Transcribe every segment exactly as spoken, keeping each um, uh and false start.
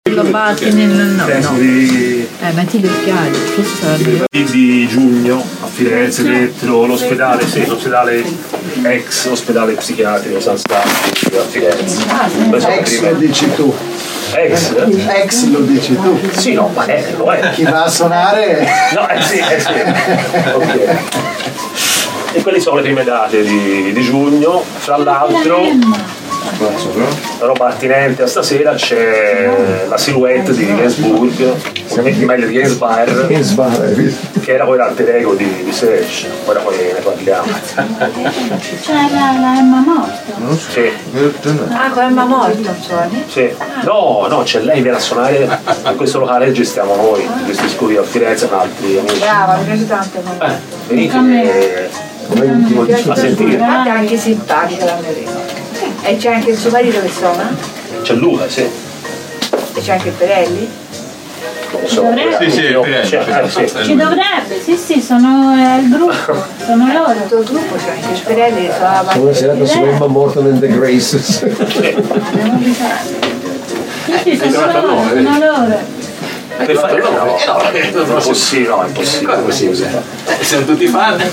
Batti nel no, penso no. di, Eh, metti gli occhiali, forse sarebbe. di giugno a Firenze dentro l'ospedale, sì, l'ospedale ex ospedale psichiatrico San Stefano a Firenze. Ah, ex lo dici tu. Ex? Ex lo dici tu. Sì, no, ma è, lo è. Chi va a suonare? No, eh sì, eh sì. Okay. E quelle sono le prime date di, di giugno, fra l'altro. La roba attinente a stasera c'è la silhouette di Gainsbourg, ovviamente meglio di Gainsbar, che era poi l'alter ego di, di Serge, ora poi ne parliamo. C'è la, la Emma morta? Sì. Ah, con Emma morta suoni? Sì. No, no, c'è lei viene a suonare in questo locale che gestiamo noi, di questi studi a Firenze con altri amici. Brava, mi piace tanto. Eh, venite a sentire. Guarda, è anche simpatica la Merino. E c'è anche il suo marito che suona? C'è Luca, sì. E c'è anche il Perelli? Non lo so. Dovrebbe. Sì, sì, No, Perelli, c'è, eh, sì. Ci dovrebbe, sì sì, sono eh, il gruppo, sono loro. Tutto il gruppo c'è anche il Perelli che suonava. Una serata su Emma Morton and the Graces. Sì sì, sono loro, sono loro. Per fare no, no, no, non è possibile, no, è impossibile. Siamo tutti fan.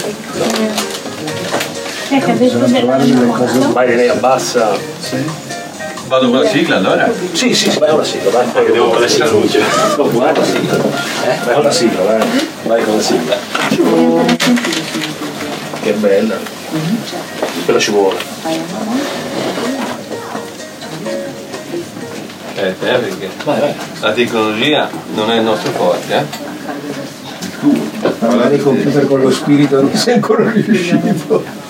Che capito della morta? Vai lei abbassa. Vado con la sigla allora? Sì, sì, sì, vai con la sigla, vai. Che devo con la sigla luce. Vai con la sigla. Eh? Vai con la sigla, vai. Vai con la sigla. Che bella. Quella ci vuole. Eh, te perché Vai, vai. la tecnologia non è il nostro forte, eh? Parlare di computer con lo spirito non sei ancora riuscito.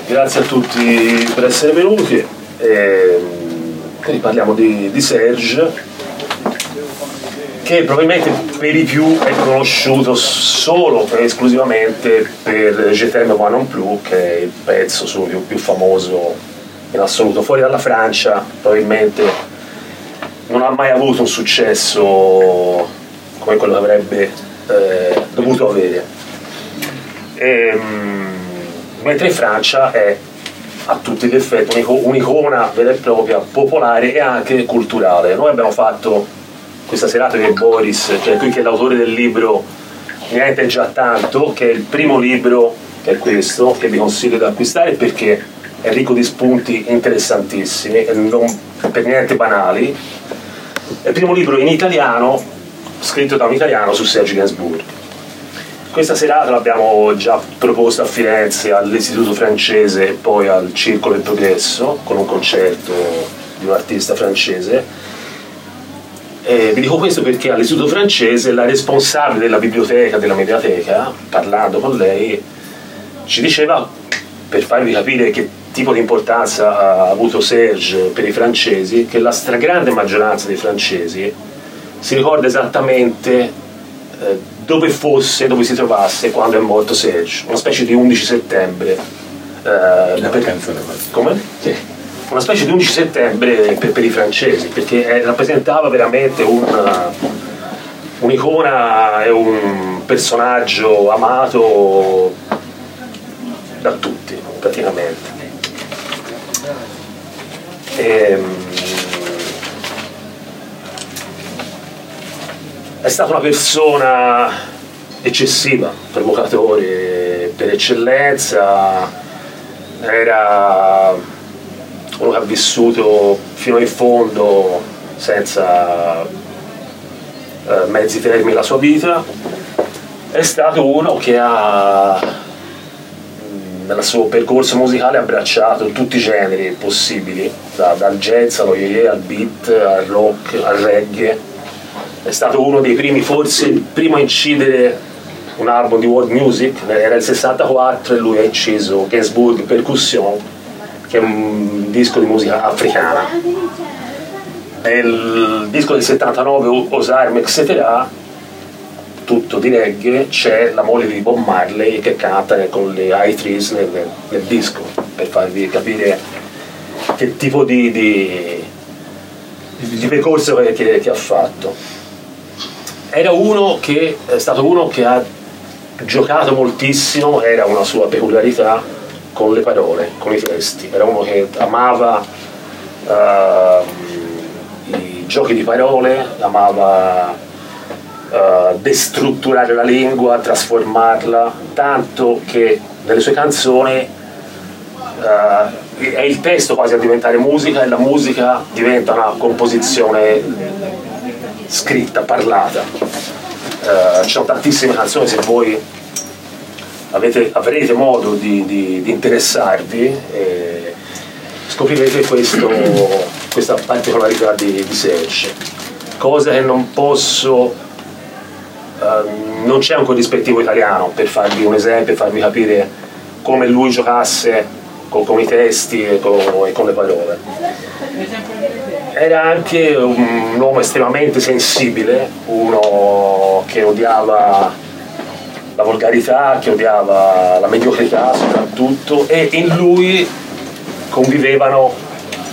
grazie a tutti per essere venuti. E, quindi parliamo di, di Serge, che probabilmente per i più è conosciuto solo e esclusivamente per Je t'aime moi non plus, che è il pezzo suo più, più famoso in assoluto. Fuori dalla Francia probabilmente non ha mai avuto un successo come quello che avrebbe eh, dovuto avere. E, mentre in Francia è a tutti gli effetti un'icona vera e propria, popolare e anche culturale. Noi abbiamo fatto questa serata di Boris, che è qui, che è l'autore del libro Niente già tanto, che è il primo libro, che è questo, che vi consiglio di acquistare perché è ricco di spunti interessantissimi e non per niente banali. È il primo libro in italiano, scritto da un italiano, su Serge Gainsbourg. Questa serata l'abbiamo già proposta a Firenze all'Istituto Francese e poi al Circolo del Progresso, con un concerto di un artista francese. E vi dico questo perché all'Istituto Francese la responsabile della biblioteca, della mediateca, parlando con lei, ci diceva, per farvi capire che tipo di importanza ha avuto Serge per i francesi, che la stragrande maggioranza dei francesi si ricorda esattamente eh, dove fosse, dove si trovasse quando è morto Serge, una specie di undici settembre. Eh, La per... canzone. Come? Sì. Una specie di undici settembre per, per i francesi, perché eh, rappresentava veramente un, un'icona e un personaggio amato da tutti, praticamente. E, è stata una persona eccessiva, provocatore per eccellenza, era uno che ha vissuto fino in fondo senza eh, mezzi termini la sua vita. È stato uno che ha nel suo percorso musicale abbracciato tutti i generi possibili, da, dal jazz allo yeye, al beat, al rock, al reggae. È stato uno dei primi, forse il primo a incidere un album di world music, era il sessantaquattro e lui ha inciso Gainsbourg Percussion, che è un disco di musica africana. Nel disco del settantanove, Osarme Etc., tutto di reggae, c'è la moglie di Bob Marley che canta con le high trees nel, nel disco, per farvi capire che tipo di, di, di percorso che, che, che ha fatto. Era uno che è stato uno che ha giocato moltissimo, era una sua peculiarità, con le parole, con i testi. Era uno che amava uh, i giochi di parole, amava Uh, destrutturare la lingua, trasformarla, tanto che nelle sue canzoni uh, è il testo quasi a diventare musica e la musica diventa una composizione scritta, parlata. Uh, ci sono tantissime canzoni, se voi avete, avrete modo di, di, di interessarvi e scoprirete questo, questa particolarità di, di Serge, cosa che non posso. Uh, non c'è un corrispettivo italiano per farvi un esempio, per farvi capire come lui giocasse con, con i testi e con, e con le parole. Era anche un, un uomo estremamente sensibile, uno che odiava la volgarità, che odiava la mediocrità soprattutto, e in lui convivevano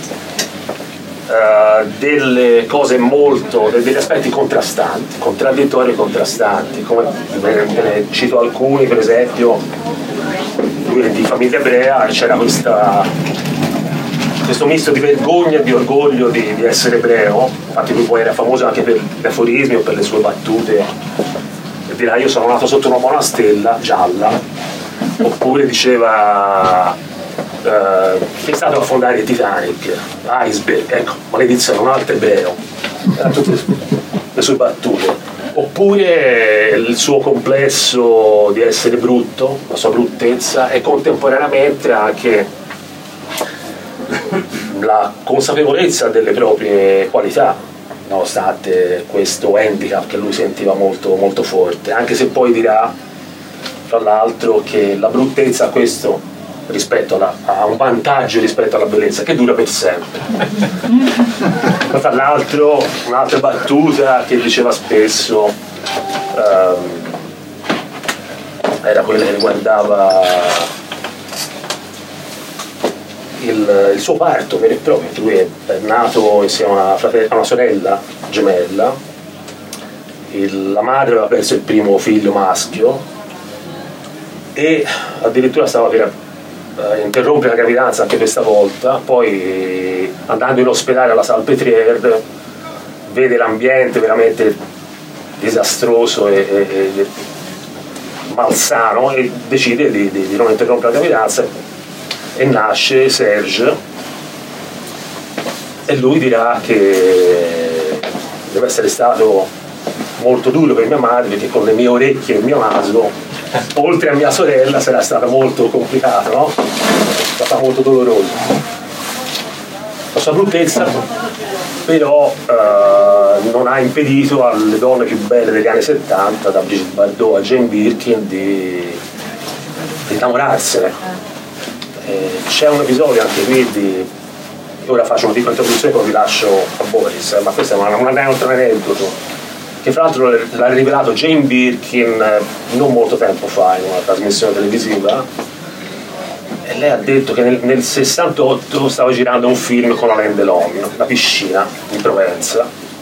Uh, delle cose molto, degli aspetti contrastanti, contraddittori e contrastanti, come ve ne cito alcuni. Per esempio, lui è di famiglia ebrea, c'era questa, questo misto di vergogna e di orgoglio di, di essere ebreo. Infatti lui poi era famoso anche per gli aforismi o per le sue battute, e dirà: io sono nato sotto una buona stella gialla, oppure diceva Uh, che è stato a fondare il Titanic, iceberg, ecco, maledizione, un altro ebreo. Erano tutte le sue battute. Oppure il suo complesso di essere brutto, la sua bruttezza, e contemporaneamente anche la consapevolezza delle proprie qualità, nonostante questo handicap che lui sentiva molto, molto forte, anche se poi dirà, tra l'altro, che la bruttezza, questo rispetto alla, ha un vantaggio rispetto alla bellezza che dura per sempre. Ma tra l'altro un'altra battuta che diceva spesso ehm, era quella che riguardava il, il suo parto vero e proprio. Lui è, è nato insieme a una, frate- a una sorella gemella, il, la madre aveva perso il primo figlio maschio e addirittura stava per uh, interrompere la gravidanza anche questa volta. Poi andando in ospedale alla Salpêtrière vede l'ambiente veramente disastroso e, e, e malsano e decide di, di, di non interrompere la gravidanza e nasce Serge. E lui dirà che deve essere stato molto duro per mia madre, perché con le mie orecchie e il mio naso, oltre a mia sorella, sarà stata molto complicata, no? È stata molto dolorosa. La sua bruttezza però eh, non ha impedito alle donne più belle degli anni settanta, da Brigitte Bardot a Jane Birkin, di, di innamorarsene. Eh, c'è un episodio anche qui di... Ora faccio una piccola introduzione, poi vi lascio a Boris, ma questo è un, un aneddoto che fra l'altro l'ha rivelato Jane Birkin non molto tempo fa in una trasmissione televisiva, e lei ha detto che nel, nel sessantotto stava girando un film con Alain Delon, La piscina in Provenza,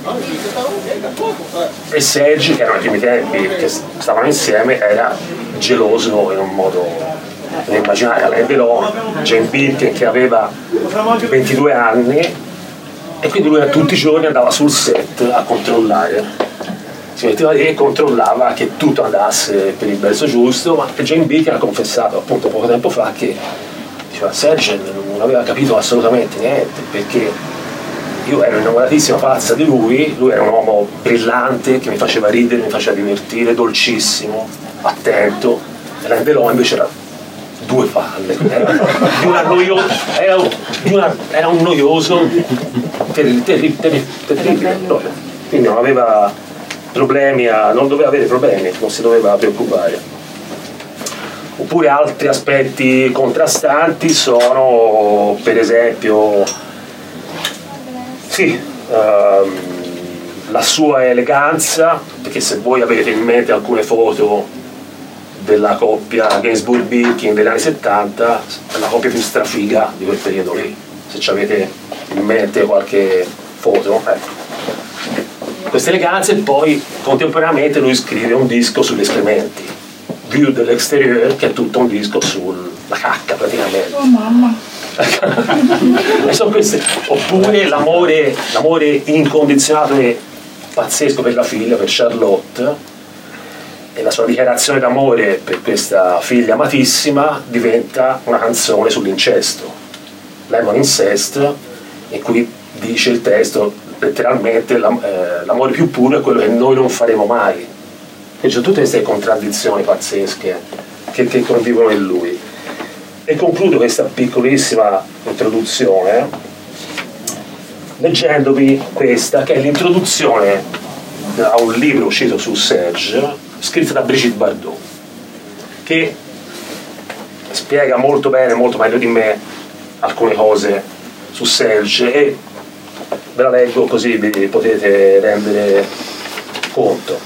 e Serge, che erano i primi tempi che stavano insieme, era geloso in un modo da immaginare. Alain Delon, Jane Birkin che aveva ventidue anni, e quindi lui tutti i giorni andava sul set a controllare, si metteva lì e controllava che tutto andasse per il verso giusto. Ma Jane Birkin ha confessato appunto poco tempo fa che diceva, Serge non aveva capito assolutamente niente, perché io ero innamoratissima pazza di lui, lui era un uomo brillante che mi faceva ridere, mi faceva divertire, dolcissimo, attento, e Alain Delon invece era due palle, era, di una noio, era, di una, era un noioso terribile, terri, terri, terribile, quindi non aveva problemi, a, non doveva avere problemi, non si doveva preoccupare. Oppure altri aspetti contrastanti sono, per esempio, sì, ehm, la sua eleganza, perché se voi avete in mente alcune foto della coppia Gainsbourg-Birkin degli anni settanta, è la coppia più strafiga di quel periodo lì, se ci avete in mente qualche foto, ecco. Queste eleganze. E poi contemporaneamente lui scrive un disco sugli escrementi, Vue de l'extérieur, che è tutto un disco sulla cacca praticamente. Oh mamma. E sono queste. Oppure l'amore, l'amore incondizionato e pazzesco per la figlia, per Charlotte, e la sua dichiarazione d'amore per questa figlia amatissima diventa una canzone sull'incesto, Lemon Incest, e qui dice il testo letteralmente l'amore più puro è quello che noi non faremo mai. E c'è tutte queste contraddizioni pazzesche che, che convivono in lui. E concludo questa piccolissima introduzione leggendovi questa, che è l'introduzione a un libro uscito su Serge, scritto da Brigitte Bardot, che spiega molto bene, molto meglio di me, alcune cose su Serge, e ve la leggo così vi potete rendere conto.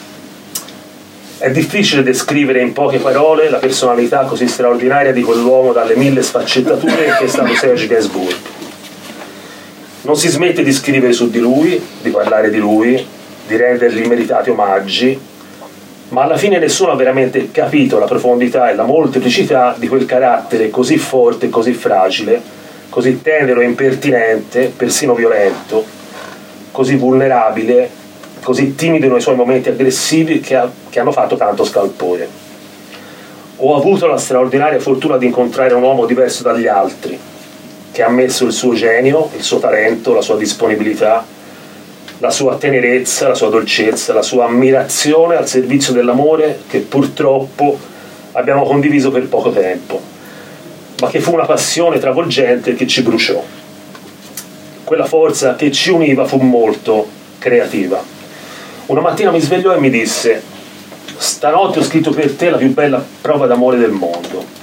È difficile descrivere in poche parole la personalità così straordinaria di quell'uomo dalle mille sfaccettature che è stato Serge Gainsbourg. Non si smette di scrivere su di lui, di parlare di lui, di rendergli meritati omaggi, ma alla fine nessuno ha veramente capito la profondità e la molteplicità di quel carattere così forte e così fragile, così tenero e impertinente, persino violento, così vulnerabile, così timido nei suoi momenti aggressivi che, ha, che hanno fatto tanto scalpore. Ho avuto la straordinaria fortuna di incontrare un uomo diverso dagli altri, che ha messo il suo genio, il suo talento, la sua disponibilità, la sua tenerezza, la sua dolcezza, la sua ammirazione al servizio dell'amore che purtroppo abbiamo condiviso per poco tempo, ma che fu una passione travolgente che ci bruciò. Quella forza che ci univa fu molto creativa. Una mattina mi svegliò e mi disse: stanotte ho scritto per te la più bella prova d'amore del mondo.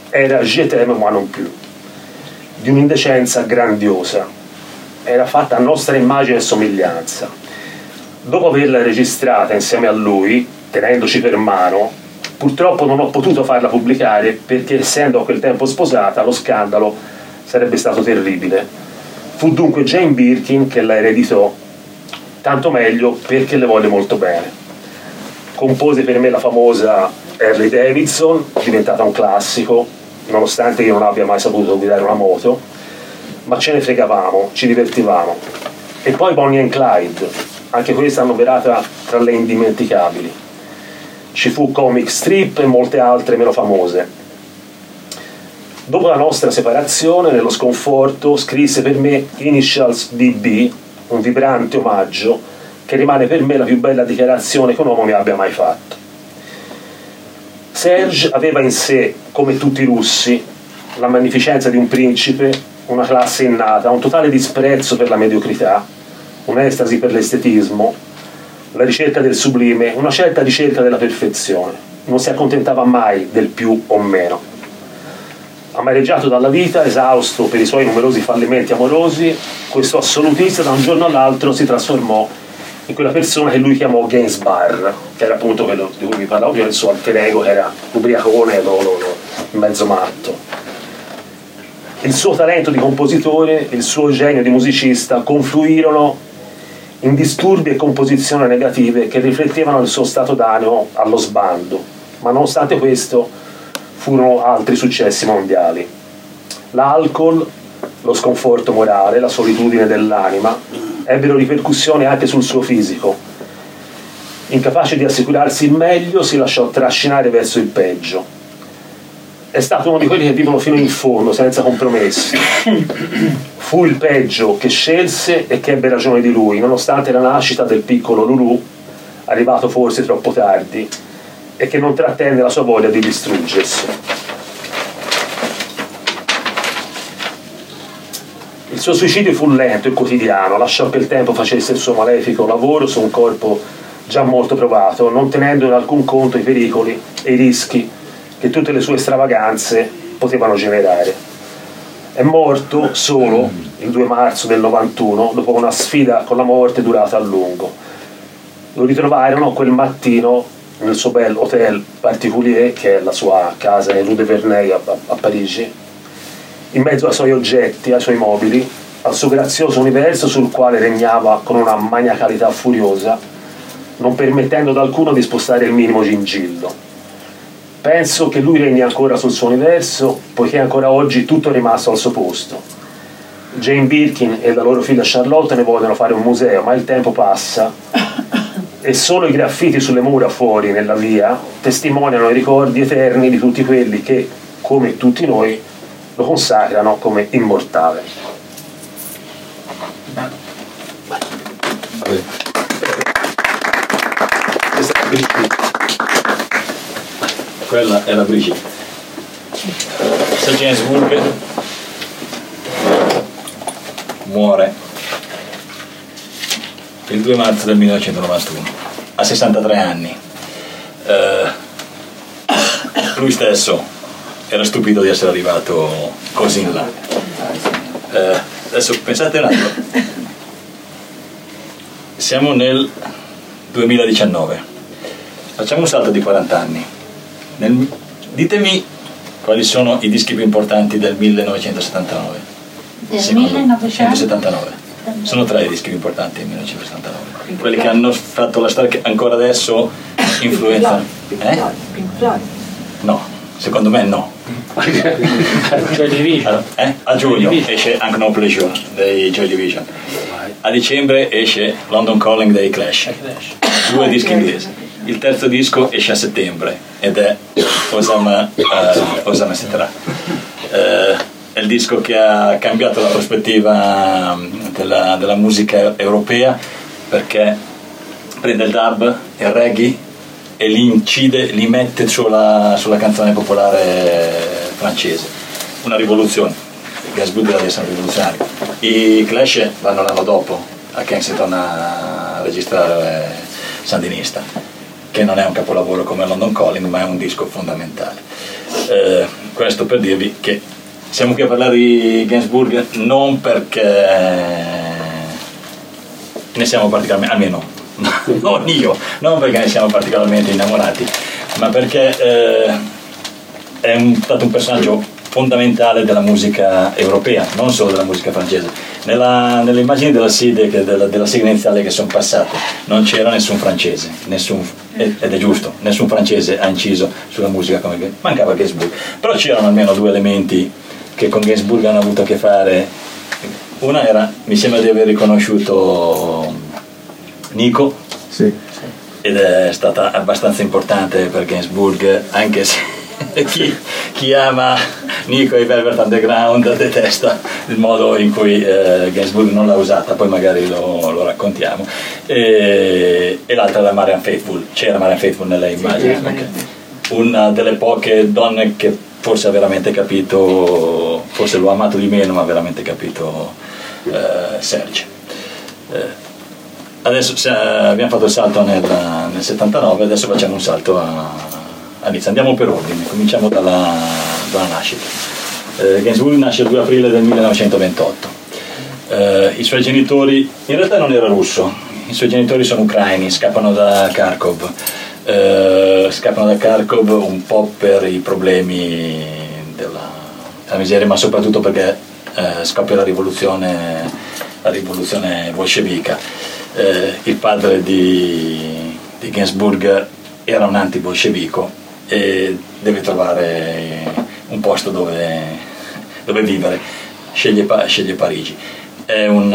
era Je t'aime moi non plus, di un'indecenza grandiosa. Era fatta a nostra immagine e somiglianza. Dopo averla registrata insieme a lui, tenendoci per mano, purtroppo non ho potuto farla pubblicare perché, essendo a quel tempo sposata, lo scandalo sarebbe stato terribile. Fu dunque Jane Birkin che la ereditò, tanto meglio perché le volle molto bene. Compose per me la famosa Harley Davidson, diventata un classico, nonostante io non abbia mai saputo guidare una moto, ma ce ne fregavamo, ci divertivamo. E poi Bonnie and Clyde, anche questa annoverata tra le indimenticabili. Ci fu Comic Strip e molte altre meno famose. Dopo la nostra separazione, nello sconforto, scrisse per me Initials D B, un vibrante omaggio che rimane per me la più bella dichiarazione che un uomo mi abbia mai fatto. Serge aveva in sé, come tutti i russi, la magnificenza di un principe, una classe innata, un totale disprezzo per la mediocrità, un'estasi per l'estetismo, la ricerca del sublime, una certa ricerca della perfezione. Non si accontentava mai del più o meno. Amareggiato dalla vita, esausto per i suoi numerosi fallimenti amorosi, questo assolutista da un giorno all'altro si trasformò in quella persona che lui chiamò Gainsbourg, che era appunto quello di cui vi parlavo prima, il suo alter ego, che era ubriacone, lo, lo, lo, mezzo matto. Il suo talento di compositore, il suo genio di musicista confluirono in disturbi e composizioni negative che riflettevano il suo stato d'animo allo sbando, ma nonostante questo furono altri successi mondiali. L'alcol, lo sconforto morale, la solitudine dell'anima ebbero ripercussioni anche sul suo fisico. Incapace di assicurarsi il meglio, si lasciò trascinare verso il peggio. È stato uno di quelli che vivono fino in fondo, senza compromessi. Fu il peggio che scelse e che ebbe ragione di lui, nonostante la nascita del piccolo Lulu, arrivato forse troppo tardi, e che non trattenne la sua voglia di distruggersi. Il suo suicidio fu lento e quotidiano, lasciò che il tempo facesse il suo malefico lavoro su un corpo già molto provato, non tenendo in alcun conto i pericoli e i rischi che tutte le sue stravaganze potevano generare. È morto solo il due marzo del novantuno, dopo una sfida con la morte durata a lungo. Lo ritrovarono quel mattino nel suo bel hotel particulier, che è la sua casa in Rue de Verneuil a, a Parigi, in mezzo ai suoi oggetti, ai suoi mobili, al suo grazioso universo sul quale regnava con una maniacalità furiosa, non permettendo ad alcuno di spostare il minimo gingillo. Penso che lui regni ancora sul suo universo, poiché ancora oggi tutto è rimasto al suo posto. Jane Birkin e la loro figlia Charlotte ne vogliono fare un museo, ma il tempo passa e solo i graffiti sulle mura fuori nella via testimoniano i ricordi eterni di tutti quelli che, come tutti noi, lo consacrano come immortale. Quella è la Brigitte. Serge Gainsbourg muore il due marzo del millenovecentonovantuno a sessantatré anni. Eh, lui stesso era stupito di essere arrivato così in là. Eh, adesso pensate un attimo, siamo nel duemiladiciannove, facciamo un salto di quaranta anni. Nel, ditemi quali sono i dischi più importanti del millenovecentosettantanove. Del millenovecentosettantanove? Sono tre i dischi più importanti del millenovecentosettantanove, quelli che hanno fatto la storia, che ancora adesso influenzano. Eh? No, secondo me no. Joy Division. Eh? A giugno esce Anche No Pleasure dei Joy Division, a dicembre esce London Calling dei Clash, due dischi inglesi. Il terzo disco esce a settembre ed è Osama, uh, Osama Sitra. Uh, è il disco che ha cambiato la prospettiva della, della musica europea, perché prende il dub, il reggae e li incide, li mette sulla, sulla canzone popolare francese. Una rivoluzione. Gainsbourg deve essere un rivoluzionario. I Clash vanno l'anno dopo a Kensington a registrare Sandinista. che non è un capolavoro come London Calling, ma è un disco fondamentale. Eh, questo per dirvi che siamo qui a parlare di Gainsbourg non perché ne siamo particolarmente, almeno non io, non perché ne siamo particolarmente innamorati, ma perché eh, è un, stato un personaggio fondamentale della musica europea, non solo della musica francese. Nella, nelle immagini della S I D E, della, della sigla iniziale che sono passate, non c'era nessun francese, nessun, ed è giusto, nessun francese ha inciso sulla musica come mancava Gainsbourg, però c'erano almeno due elementi che con Gainsbourg hanno avuto a che fare. Una era, mi sembra di aver riconosciuto Nico, Sì. ed è stata abbastanza importante per Gainsbourg, anche se chi, chi ama Nico e i Velvet Underground detesta il modo in cui eh, Gainsbourg non l'ha usata, poi magari lo, lo raccontiamo. E, e l'altra era Marianne Faithfull, c'era Marianne Faithfull nelle immagini, okay. Una delle poche donne che forse ha veramente capito, forse l'ho amato di meno, ma ha veramente capito eh, Serge. Eh, adesso se, abbiamo fatto il salto nel, nel settantanove, adesso facciamo un salto a, a Nizza. Andiamo per ordine, cominciamo dalla, dalla nascita. Eh, Gainsbourg nasce il due aprile del millenovecentoventotto. Eh, I suoi genitori, in realtà non era russo, i suoi genitori sono ucraini, scappano da Kharkov. Eh, scappano da Kharkov un po' per i problemi della, della miseria, ma soprattutto perché eh, scoppia la rivoluzione, la rivoluzione bolscevica. Eh, il padre di, di Gainsbourg era un anti-bolscevico e deve trovare un posto dove, dove vivere. Sceglie, sceglie Parigi. È un,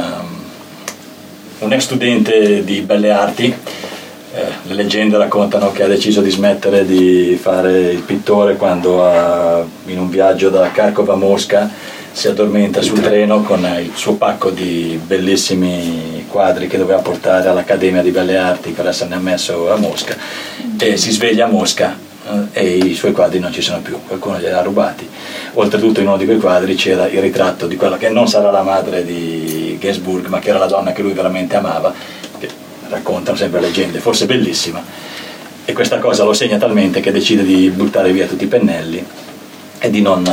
uh, un ex studente di belle arti. Eh, le leggende raccontano che ha deciso di smettere di fare il pittore quando ha, in un viaggio da Kharkov a Mosca si addormenta sul treno con il suo pacco di bellissimi quadri che doveva portare all'Accademia di Belle Arti per esserne ammesso a Mosca, e si sveglia a Mosca eh, e i suoi quadri non ci sono più, qualcuno li ha rubati. Oltretutto in uno di quei quadri c'era il ritratto di quella che non sarà la madre di Gainsbourg, ma che era la donna che lui veramente amava, che raccontano sempre leggende, forse bellissima, e questa cosa lo segna talmente che decide di buttare via tutti i pennelli e di non,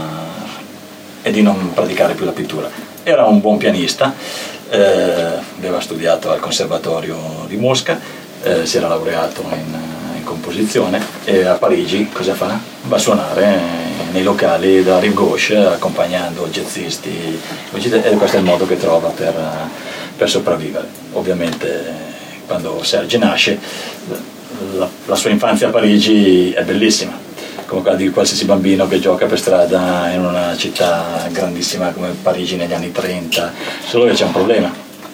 uh, e di non praticare più la pittura. Era un buon pianista, eh, aveva studiato al Conservatorio di Mosca, eh, si era laureato in, in composizione, e a Parigi cosa fa? Va a suonare nei locali da Rive Gauche accompagnando jazzisti, e questo è il modo che trova per, per sopravvivere. Ovviamente quando Serge nasce la, la sua infanzia a Parigi è bellissima, come quella di qualsiasi bambino che gioca per strada in una città grandissima come Parigi negli anni trenta, solo che c'è un problema,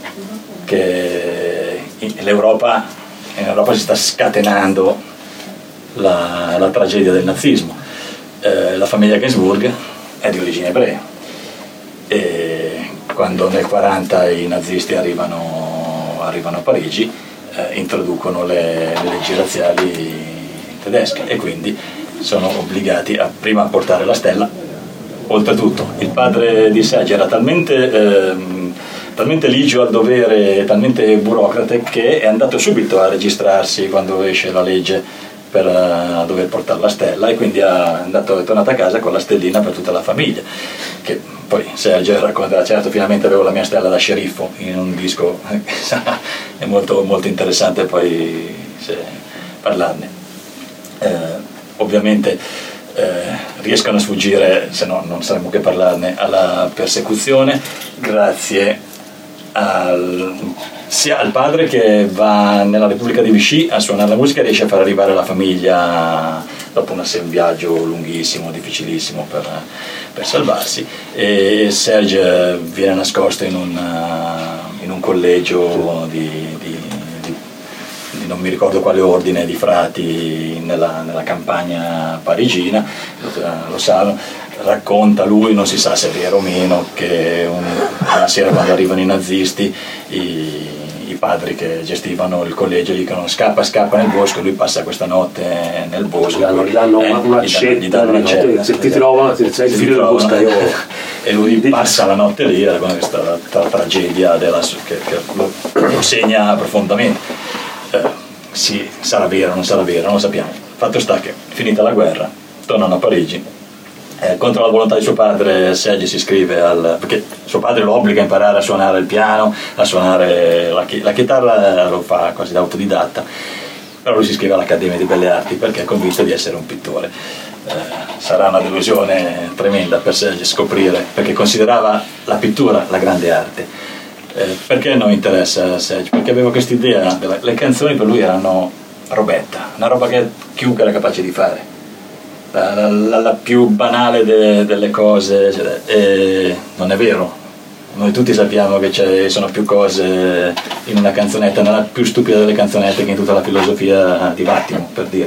che in Europa, in Europa si sta scatenando la, la tragedia del nazismo. Eh, la famiglia Gainsbourg è di origine ebrea e quando nel quaranta i nazisti arrivano, arrivano a Parigi eh, introducono le, le leggi razziali tedesche e quindi sono obbligati a prima a portare la stella. Oltretutto il padre di Serge era talmente, ehm, talmente ligio al dovere, talmente burocrate, che è andato subito a registrarsi quando esce la legge per uh, dover portare la stella, e quindi è, andato, è tornato a casa con la stellina per tutta la famiglia, che poi Serge racconterà: certo, finalmente avevo la mia stella da sceriffo, in un disco è molto, molto interessante poi se parlarne. Eh, ovviamente eh, riescono a sfuggire, se no non saremmo che parlarne, alla persecuzione grazie al, sia al padre, che va nella Repubblica di Vichy a suonare la musica e riesce a far arrivare la famiglia dopo una, un viaggio lunghissimo, difficilissimo per, per salvarsi, e Serge viene nascosto in un, in un collegio di, di, di, di non mi ricordo quale ordine di frati nella, nella campagna parigina, lo sanno. Racconta lui, non si sa se è vero o meno, che un, una sera quando arrivano i nazisti i, i padri che gestivano il collegio gli dicono scappa scappa nel bosco, e lui passa questa notte nel bosco, gli danno eh, un'accetta, una se ti trovano, se sei il figlio del boscaiolo, e lui passa la notte lì, con questa tra, tragedia della, che, che lo, lo segna profondamente. Eh, sì, sarà vero, non sarà vero, non lo sappiamo. Fatto sta che, finita la guerra, tornano a Parigi. Eh, contro la volontà di suo padre, Serge si iscrive al... perché suo padre lo obbliga a imparare a suonare il piano, a suonare la, chi- la chitarra, lo fa quasi da autodidatta, però lui si iscrive all'Accademia di Belle Arti perché è convinto di essere un pittore. Eh, sarà una delusione tremenda per Serge scoprire, perché considerava la pittura la grande arte. Eh, perché non interessa a Serge? Perché aveva questa idea, le canzoni per lui erano robetta, una roba che chiunque era capace di fare. La, la, la più banale de, delle cose, cioè, e non è vero, noi tutti sappiamo che ci sono più cose in una canzonetta, nella più stupida delle canzonette che in tutta la filosofia di Vattimo, per dire.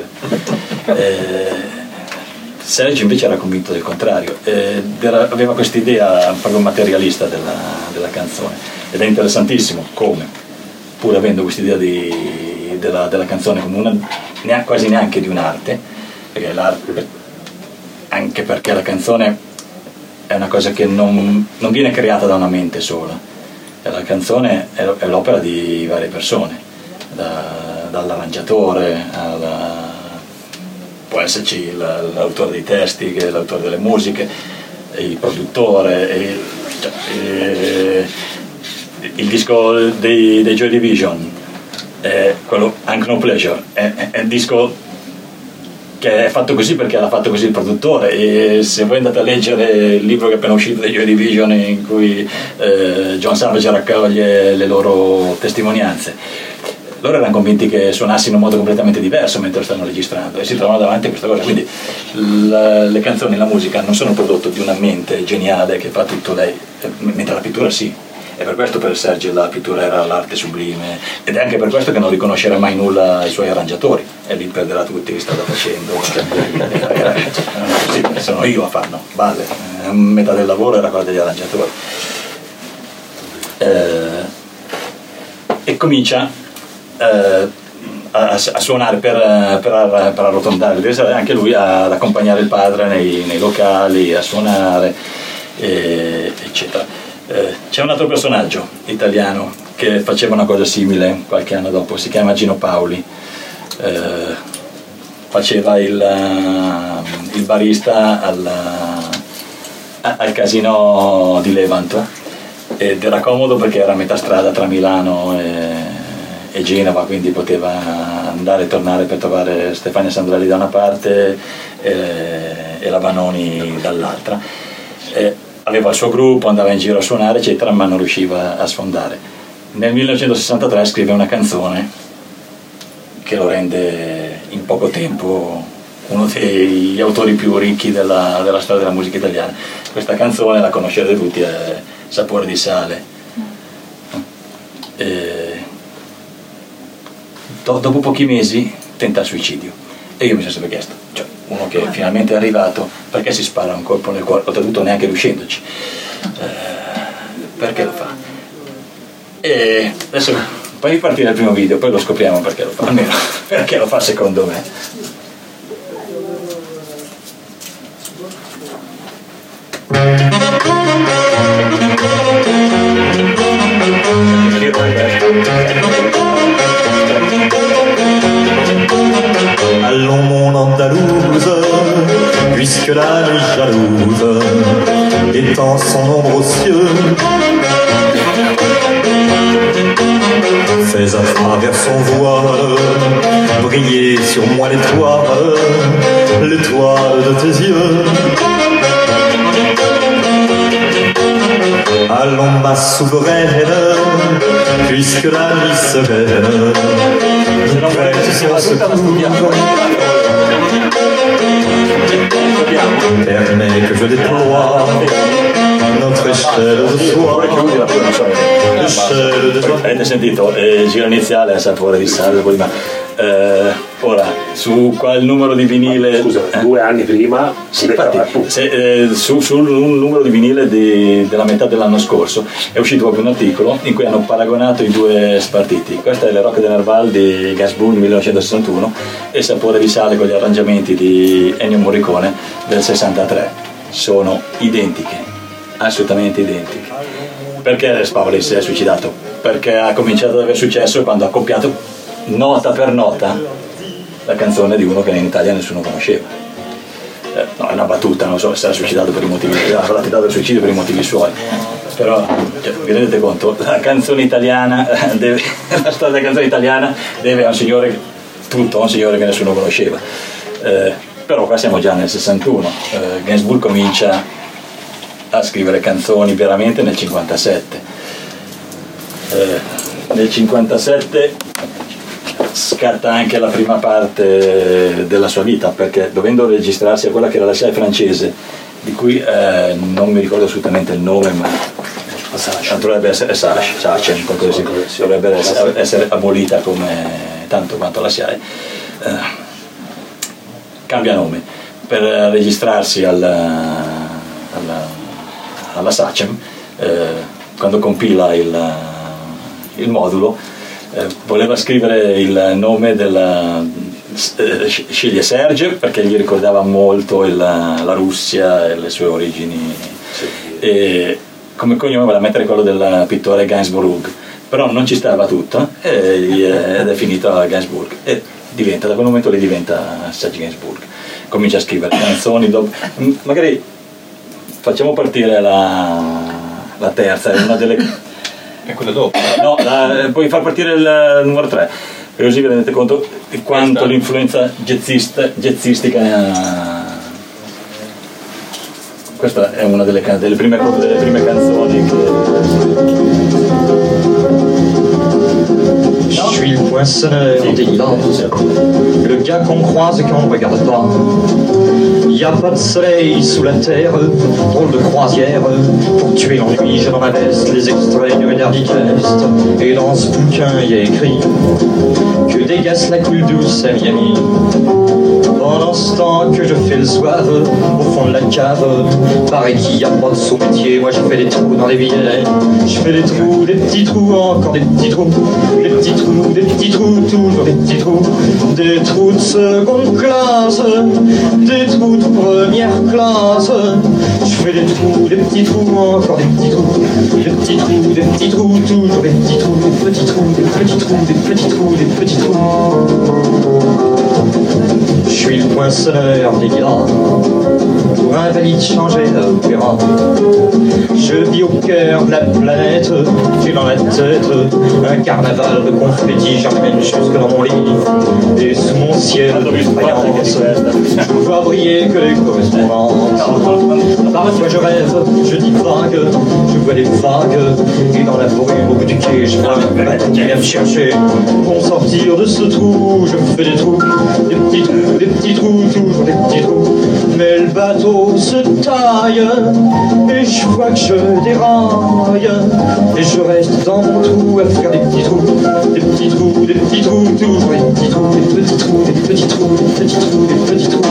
E Serge invece era convinto del contrario, ed era, aveva questa idea proprio materialista della, della canzone, ed è interessantissimo come, pur avendo questa idea di, della, della canzone come una, neanche, quasi neanche di un'arte, perché l'arte, anche perché la canzone è una cosa che non, non viene creata da una mente sola, la canzone è, è l'opera di varie persone, da, dall'arrangiatore alla, può esserci l'autore dei testi, che è l'autore delle musiche, il produttore, e, cioè, e, il disco dei, dei Joy Division, è quello Hank No Pleasure, è, è, è un disco che è fatto così perché l'ha fatto così il produttore, e se voi andate a leggere il libro che è appena uscito dei Joy Division, in cui eh, John Savage raccoglie le loro testimonianze, loro erano convinti che suonassero in un modo completamente diverso mentre lo stanno registrando, e si trovano davanti a questa cosa. Quindi la, le canzoni, la musica non sono prodotto di una mente geniale che fa tutto lei, mentre la pittura sì. E per questo per Serge la pittura era l'arte sublime, ed è anche per questo che non riconoscerà mai nulla ai suoi arrangiatori, e li perderà tutti che strada facendo. Sì, sono io a farlo, vale, metà del lavoro era quella degli arrangiatori. Eh, e comincia eh, a, a suonare per, per, per arrotondare, anche lui ad accompagnare il padre nei, nei locali, a suonare, eh, eccetera. Eh, c'è un altro personaggio italiano che faceva una cosa simile qualche anno dopo, si chiama Gino Paoli, eh, faceva il, il barista al, al casino di Levanto, ed era comodo perché era a metà strada tra Milano e, e Genova, quindi poteva andare e tornare per trovare Stefania Sandrelli da una parte e, e la Vanoni dall'altra. E, aveva il suo gruppo, andava in giro a suonare, eccetera, ma non riusciva a sfondare. Nel millenovecentosessantatré scrive una canzone che lo rende in poco tempo uno degli autori più ricchi della, della storia della musica italiana. Questa canzone, la conoscete tutti, è Sapore di sale. E do, dopo pochi mesi tenta il suicidio, e io mi sono sempre chiesto, cioè, uno che finalmente è arrivato, perché si spara un colpo nel cuore, oltretutto neanche riuscendoci, eh, perché lo fa? E adesso poi ripartire il primo video, poi lo scopriamo perché lo fa, almeno perché lo fa secondo me. Allons mon Andalouse, puisque la nuit jalouse étend son ombre aux cieux, fais à travers son voile briller sur moi l'étoile, l'étoile de tes yeux. Allons ma souveraine, puisque la nuit sereine permet que je déploie notre échelle de soie, l'échelle de soie. Avete sentito? Eh, giro iniziale a Sapore di sale, poi ma eh, ora su qual numero di vinile, scusa, eh? due anni prima sì, infatti, se, eh, su, su un numero di vinile di, della metà dell'anno scorso è uscito proprio un articolo in cui hanno paragonato i due spartiti. Questa è Le Rocche de Nerval di Gainsbourg millenovecentosessantuno e Sapore di sale con gli arrangiamenti di Ennio Morricone del sessantatré. Sono identiche, assolutamente identiche. Perché Spavoli si è suicidato? Perché ha cominciato ad avere successo quando ha copiato nota per nota la canzone di uno che in Italia nessuno conosceva. Eh, no, è una battuta, non so se era suicidato per i motivi, avrà tentato il suicidio per i motivi suoi, però cioè, vi rendete conto, la canzone italiana deve, la storia della canzone italiana deve a un signore, tutto a un signore che nessuno conosceva. Eh, però qua siamo già nel sessantuno, eh, Gainsbourg comincia a scrivere canzoni veramente nel cinquantasette. Eh, nel cinquantasette scatta anche la prima parte della sua vita, perché dovendo registrarsi a quella che era la S I A E francese, di cui eh, non mi ricordo assolutamente il nome, ma dovrebbe essere Sache, Sache, qualcosa così, dovrebbe essere, essere abolita come tanto quanto la S I A E, eh, cambia nome per registrarsi al, alla, alla Sacem, eh, quando compila il, il modulo, eh, voleva scrivere il nome della, eh, sceglie Serge perché gli ricordava molto il, la Russia e le sue origini, sì. E come cognome voleva mettere quello del pittore Gainsbourg, però non ci stava tutto e, ed è finito a Gainsbourg e diventa, da quel momento lì diventa Serge Gainsbourg, comincia a scrivere canzoni dopo. Magari facciamo partire la, la terza, è una delle... E quella dopo? No, la, puoi far partire il, il numero tre, e così vi rendete conto di quanto Questa. l'influenza jazzista, jazzistica è. Questa è una delle, delle, prime, delle prime canzoni che... Je suis le poinçonneur délirant, le gars qu'on croise et qu'on ne regarde pas. Y a pas de soleil sous la terre, drôle de croisière. Pour tuer l'ennui, j'ai dans ma veste les extraits du Reader Digest. Et dans ce bouquin, y a écrit que dégasse la coule douce à Miami. Pendant ce temps que je fais le zouave au fond de la cave, pareil qu'il n'y a pas de sous-métier, moi je fais des trous dans les billets. Je fais des trous, des petits trous, encore des petits trous, des petits trous, des petits trous, toujours des petits trous, des trous de seconde classe, des trous de première classe. Je fais des trous, des petits trous, encore des petits trous, des petits trous, des petits trous, toujours des petits trous, des petits trous, des petits trous, des petits trous, des petits trous. Je suis le poinçonneur des lilas, pour un valide changé d'opéra. Je vis au cœur de la planète, j'ai dans la tête un carnaval de confettis, j'emmène jusque dans mon lit. Et sous mon ciel de faïence, je ne vois briller que les correspondances. Parfois je rêve, je divague, je vois des vagues, et dans la brume au bout du quai, je vois un bateau qui vient me chercher. Pour sortir de ce trou, je fais des trous, des petits trous, des petits trous, toujours des petits trous. Mais le bateau se taille, et je vois que je déraille, et je reste dans mon trou à faire des petits trous, des petits trous, des petits trous, toujours des petits trous, des petits trous, des petits trous, des petits trous, des petits trous.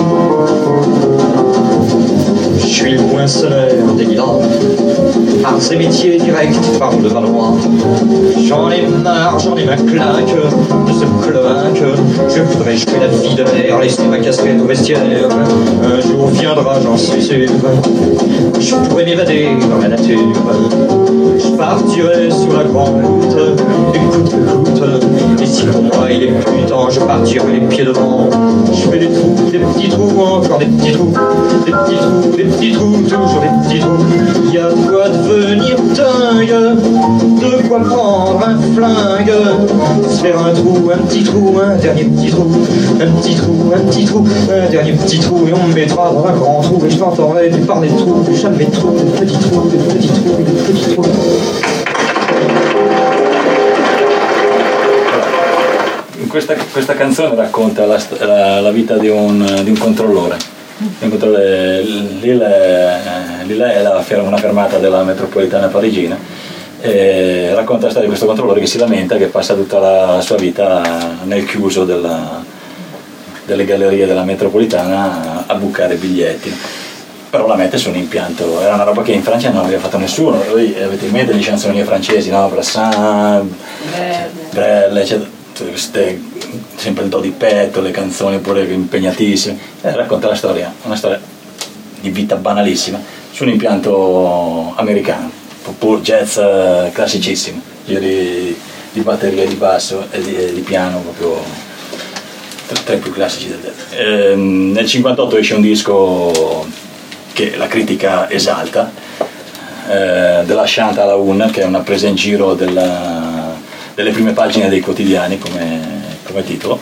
Je suis le poinçonneur des lilas, par ces métiers directs par le Valois. J'en ai marre, j'en ai ma claque de ce cloaque. Je voudrais jouer la vie de l'air, laisser ma casquette au vestiaire. Un jour viendra, j'en suis sûr, je pourrais m'évader dans la nature. Je partirai sur la grande route, écoute, écoute. Et si pour moi il est plus temps, je partirai les pieds devant. Je fais des trous, des petits trous, encore des petits trous, des petits trous, des petits trous, toujours des petits trous. Y a de quoi devenir dingue, de quoi prendre un flingue, se faire un trou, un petit trou, un dernier petit trou, un petit trou, un petit trou, un dernier petit trou, et on me mettra dans un grand trou, et je t'entendrai plus par des trous, plus jamais de trous, des petits trous, des petits trous, des petits trous. Questa, questa canzone racconta la, la, la vita di un, di un controllore. Un controllore lì è la, una fermata della metropolitana parigina, e racconta la storia di questo controllore che si lamenta che passa tutta la sua vita nel chiuso della, delle gallerie della metropolitana a bucare biglietti. Però la mette su un impianto, era una roba che in Francia non aveva fatto nessuno. Voi avete in mente le canzoni francesi, no? Brassens, Brel, eccetera. Queste, sempre il do di petto, le canzoni pure impegnatissime, e racconta la storia, una storia di vita banalissima su un impianto americano, pur jazz classicissimo, giri di batteria, di basso e di, di piano, proprio tra i più classici del death. Ehm, nel cinquantotto esce un disco che la critica esalta, eh, della Chante à la Une, che è una presa in giro della, delle prime pagine dei quotidiani come, come titolo.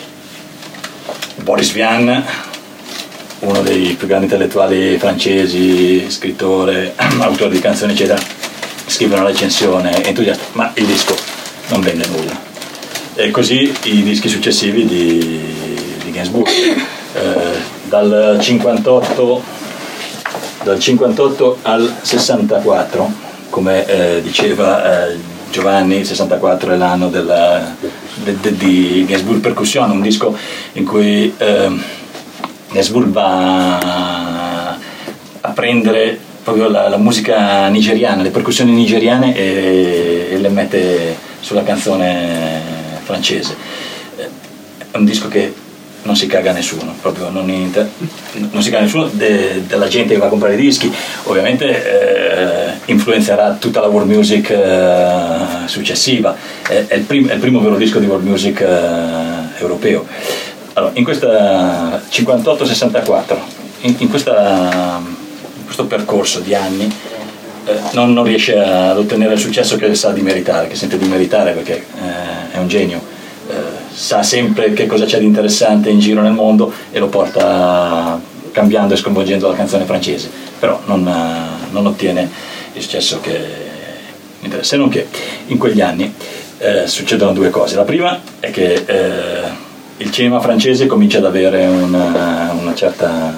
Boris Vian, uno dei più grandi intellettuali francesi, scrittore, autore di canzoni eccetera, scrive una recensione entusiasta, ma il disco non vende nulla. E così i dischi successivi di, di Gainsbourg, eh, dal cinquantotto, dal cinquantotto al sessantaquattro, come eh, diceva eh, Giovanni, il sessantaquattro è l'anno della, de, de, di Gainsbourg Percussion, un disco in cui eh, Gainsbourg va a prendere proprio la, la musica nigeriana, le percussioni nigeriane e, e le mette sulla canzone francese. È un disco che non si caga nessuno, proprio non, inter... non si caga nessuno de, della gente che va a comprare i dischi. Ovviamente eh, influenzerà tutta la world music eh, successiva, è, è, il prim- è il primo vero disco di world music eh, europeo. Allora, in questa cinquantotto sessantaquattro, in, in, questa, in questo percorso di anni eh, non, non riesce ad ottenere il successo che sa di meritare, che sente di meritare, perché eh, è un genio. Sa sempre che cosa c'è di interessante in giro nel mondo e lo porta cambiando e sconvolgendo la canzone francese, però non, non ottiene il successo che interessa. Se non che in quegli anni eh, succedono due cose. La prima è che eh, il cinema francese comincia ad avere una, una certa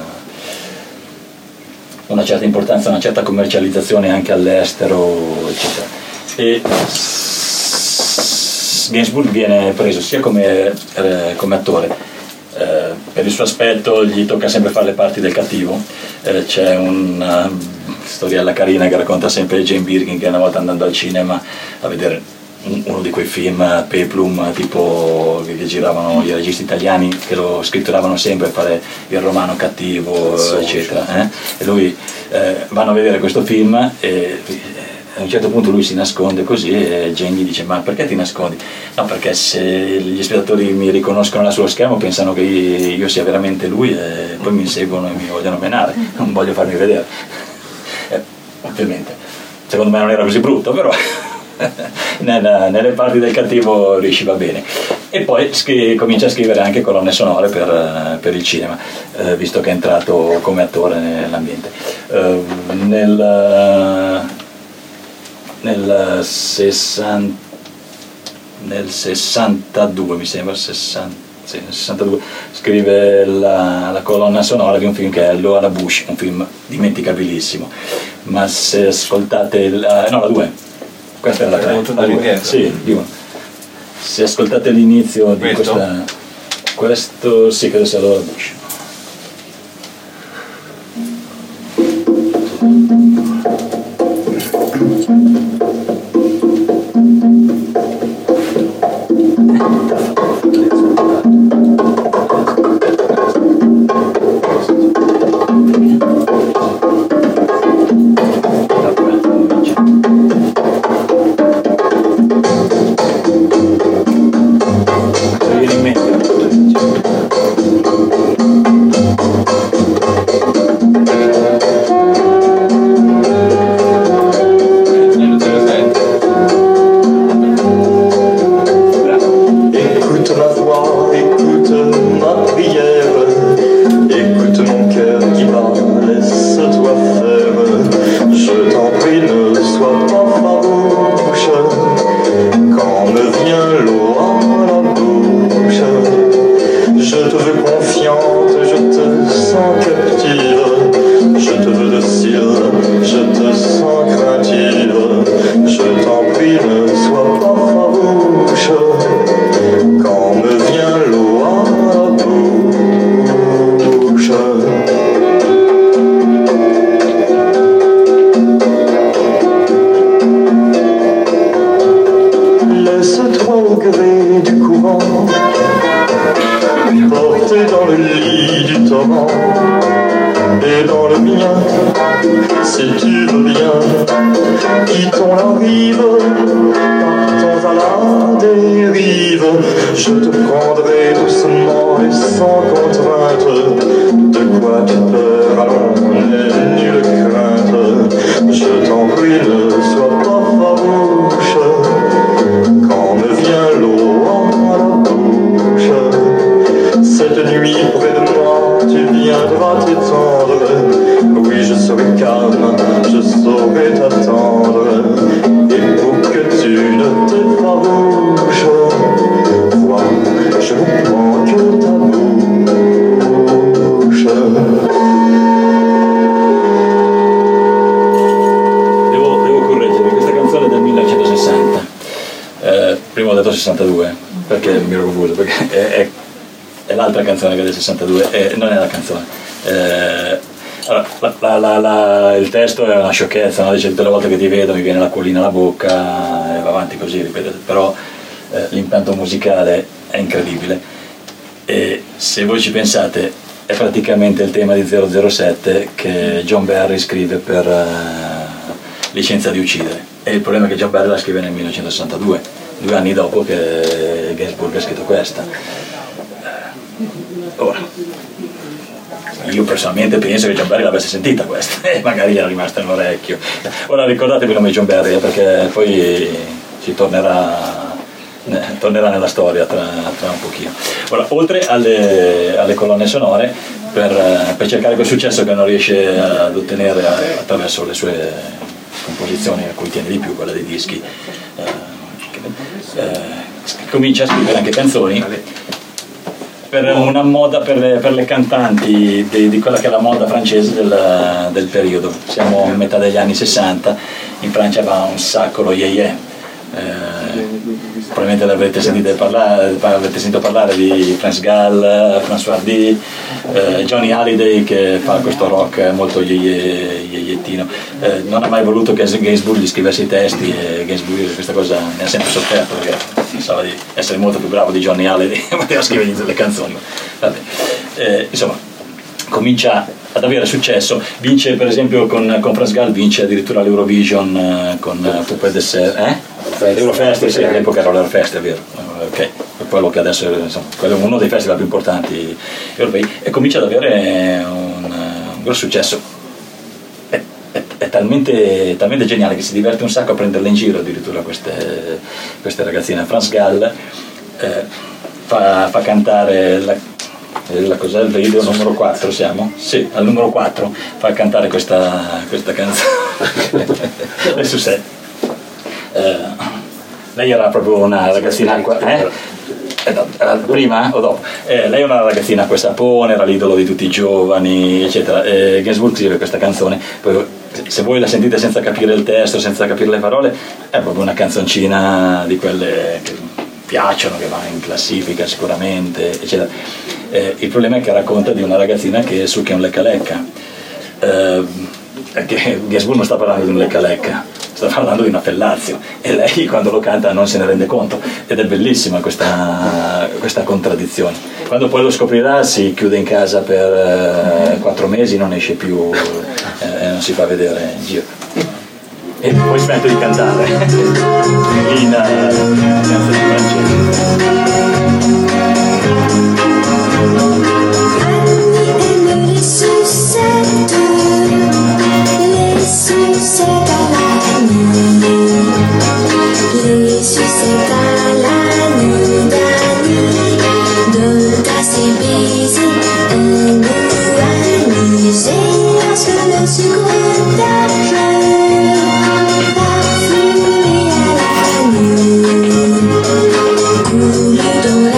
una certa importanza, una certa commercializzazione anche all'estero, eccetera. E Gainsbourg viene preso sia come, eh, come attore, eh, per il suo aspetto gli tocca sempre fare le parti del cattivo. Eh, c'è una storiella carina che racconta sempre Jane Birkin, che una volta andando al cinema a vedere uno di quei film peplum tipo che giravano i registi italiani, che lo scritturavano sempre per fare il romano cattivo, eccetera, eh? E lui eh, vanno a vedere questo film e a un certo punto lui si nasconde così e Jane gli dice: ma perché ti nascondi? No, perché se gli spettatori mi riconoscono sullo schermo pensano che io sia veramente lui e poi mi inseguono e mi vogliono menare, non voglio farmi vedere. Eh, ovviamente secondo me non era così brutto, però nella, nelle parti del cattivo riusciva bene. E poi scri- comincia a scrivere anche colonne sonore per, per il cinema, eh, visto che è entrato come attore nell'ambiente. Eh, nel Nel, sessanta, nel sessantadue mi sembra, sessanta, sì, nel sessantadue scrive la, la colonna sonora di un film che è L'eau à la bouche, un film dimenticabilissimo, ma se ascoltate la, no la due, questa è la tre, la due, sì, dico. Se ascoltate l'inizio di questo? questa, questo sì, credo sia L'eau à la bouche. Et dans le mien, si tu veux bien, quittons la rive, partons à la je te prendrai doucement et sans contrainte. De quoi tu peur, allons, n'aie nulle crainte. Je t'en prie, ne sois pas farouche quand me vient l'eau à la bouche. Cette nuit près de moi, tu viendras t'étendre. Oui, je serai calme, je saurai t'attendre. Et pour que tu ne t'effarouches, vois, je ne prends que ta bouche. Devo, devo correggermi, questa canzone è del millenovecentosessanta. Eh, prima ho detto sessantadue, perché mi ero confuso, perché è, è, è l'altra canzone che è del sessantadue, e non è la canzone. Eh, allora, la, la, la, la, il testo è una sciocchezza, no? Dice tutte le volte che ti vedo mi viene l'acquolina alla bocca e va avanti così, ripete, però eh, l'impianto musicale è incredibile e se voi ci pensate è praticamente il tema di zero zero sette che John Barry scrive per uh, Licenza di uccidere, e il problema è che John Barry la scrive nel millenovecentosessantadue, due anni dopo che Gainsbourg ha scritto questa. Ora, io personalmente penso che John Barry l'avesse sentita questa e magari gli era rimasta nell'orecchio. Ora ricordatevi il nome di John Barry, perché poi si tornerà, tornerà nella storia tra, tra un pochino. Ora, oltre alle, alle colonne sonore, per, per cercare quel successo che non riesce ad ottenere attraverso le sue composizioni a cui tiene di più, quella dei dischi, eh, eh, comincia a scrivere anche canzoni per una moda per le, per le cantanti di, di quella che è la moda francese del, del periodo. Siamo a metà degli anni sessanta, in Francia va un sacco lo yé-yé. Eh, probabilmente l'avrete sentito parlare, avrete sentito parlare di France Gall, François Hardy, eh, Johnny Hallyday che fa questo rock molto yé-yettino. Eh, non ha mai voluto che Gainsbourg gli scrivesse i testi e Gainsbourg questa cosa ne ha sempre sofferto perché pensava di essere molto più bravo di Johnny Hallyday, poteva scrivere le canzoni. Vabbè. Eh, insomma, comincia ad avere successo, vince per esempio con, con France Gall, vince addirittura l'Eurovision eh, con Poupée de Serre, eh? L'Eurofestival, sì, all'epoca era l'Eurofestival, è vero, ok, quello che adesso insomma, quello è uno dei festival più importanti europei, e comincia ad avere un, un grosso successo. È, è, è talmente, talmente geniale che si diverte un sacco a prenderle in giro addirittura queste, queste ragazzine. France Gall eh, fa, fa cantare la, la cos'è il video numero quattro, siamo? Sì, al numero quattro fa cantare questa, questa canzone adesso sei eh, lei era proprio una ragazzina eh? Era prima o dopo? Eh, lei è una ragazzina acqua e sapone, era l'idolo di tutti i giovani eccetera, e Gainsbourg scrive questa canzone, poi se voi la sentite senza capire il testo, senza capire le parole, è proprio una canzoncina di quelle che piacciono, che va in classifica sicuramente eccetera. Eh, il problema è che racconta di una ragazzina che succhia un lecca-lecca, eh, che Gainsbourg non sta parlando di un lecca-lecca, sta parlando di una fellazio, e lei quando lo canta non se ne rende conto, ed è bellissima questa, questa contraddizione. Quando poi lo scoprirà si chiude in casa per eh, quattro mesi, non esce più e eh, non si fa vedere in giro, e poi smette di cantare in uh, canzoni francesi. Coule dans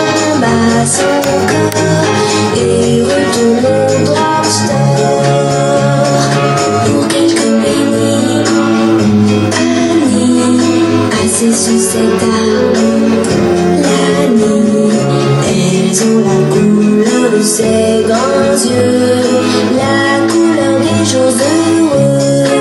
bat son corps et retournons droit au store pour quelques pennies. Annie, assez sous cette arme, la nuit, elles ont la couleur de ses grands yeux, la couleur des jours heureux.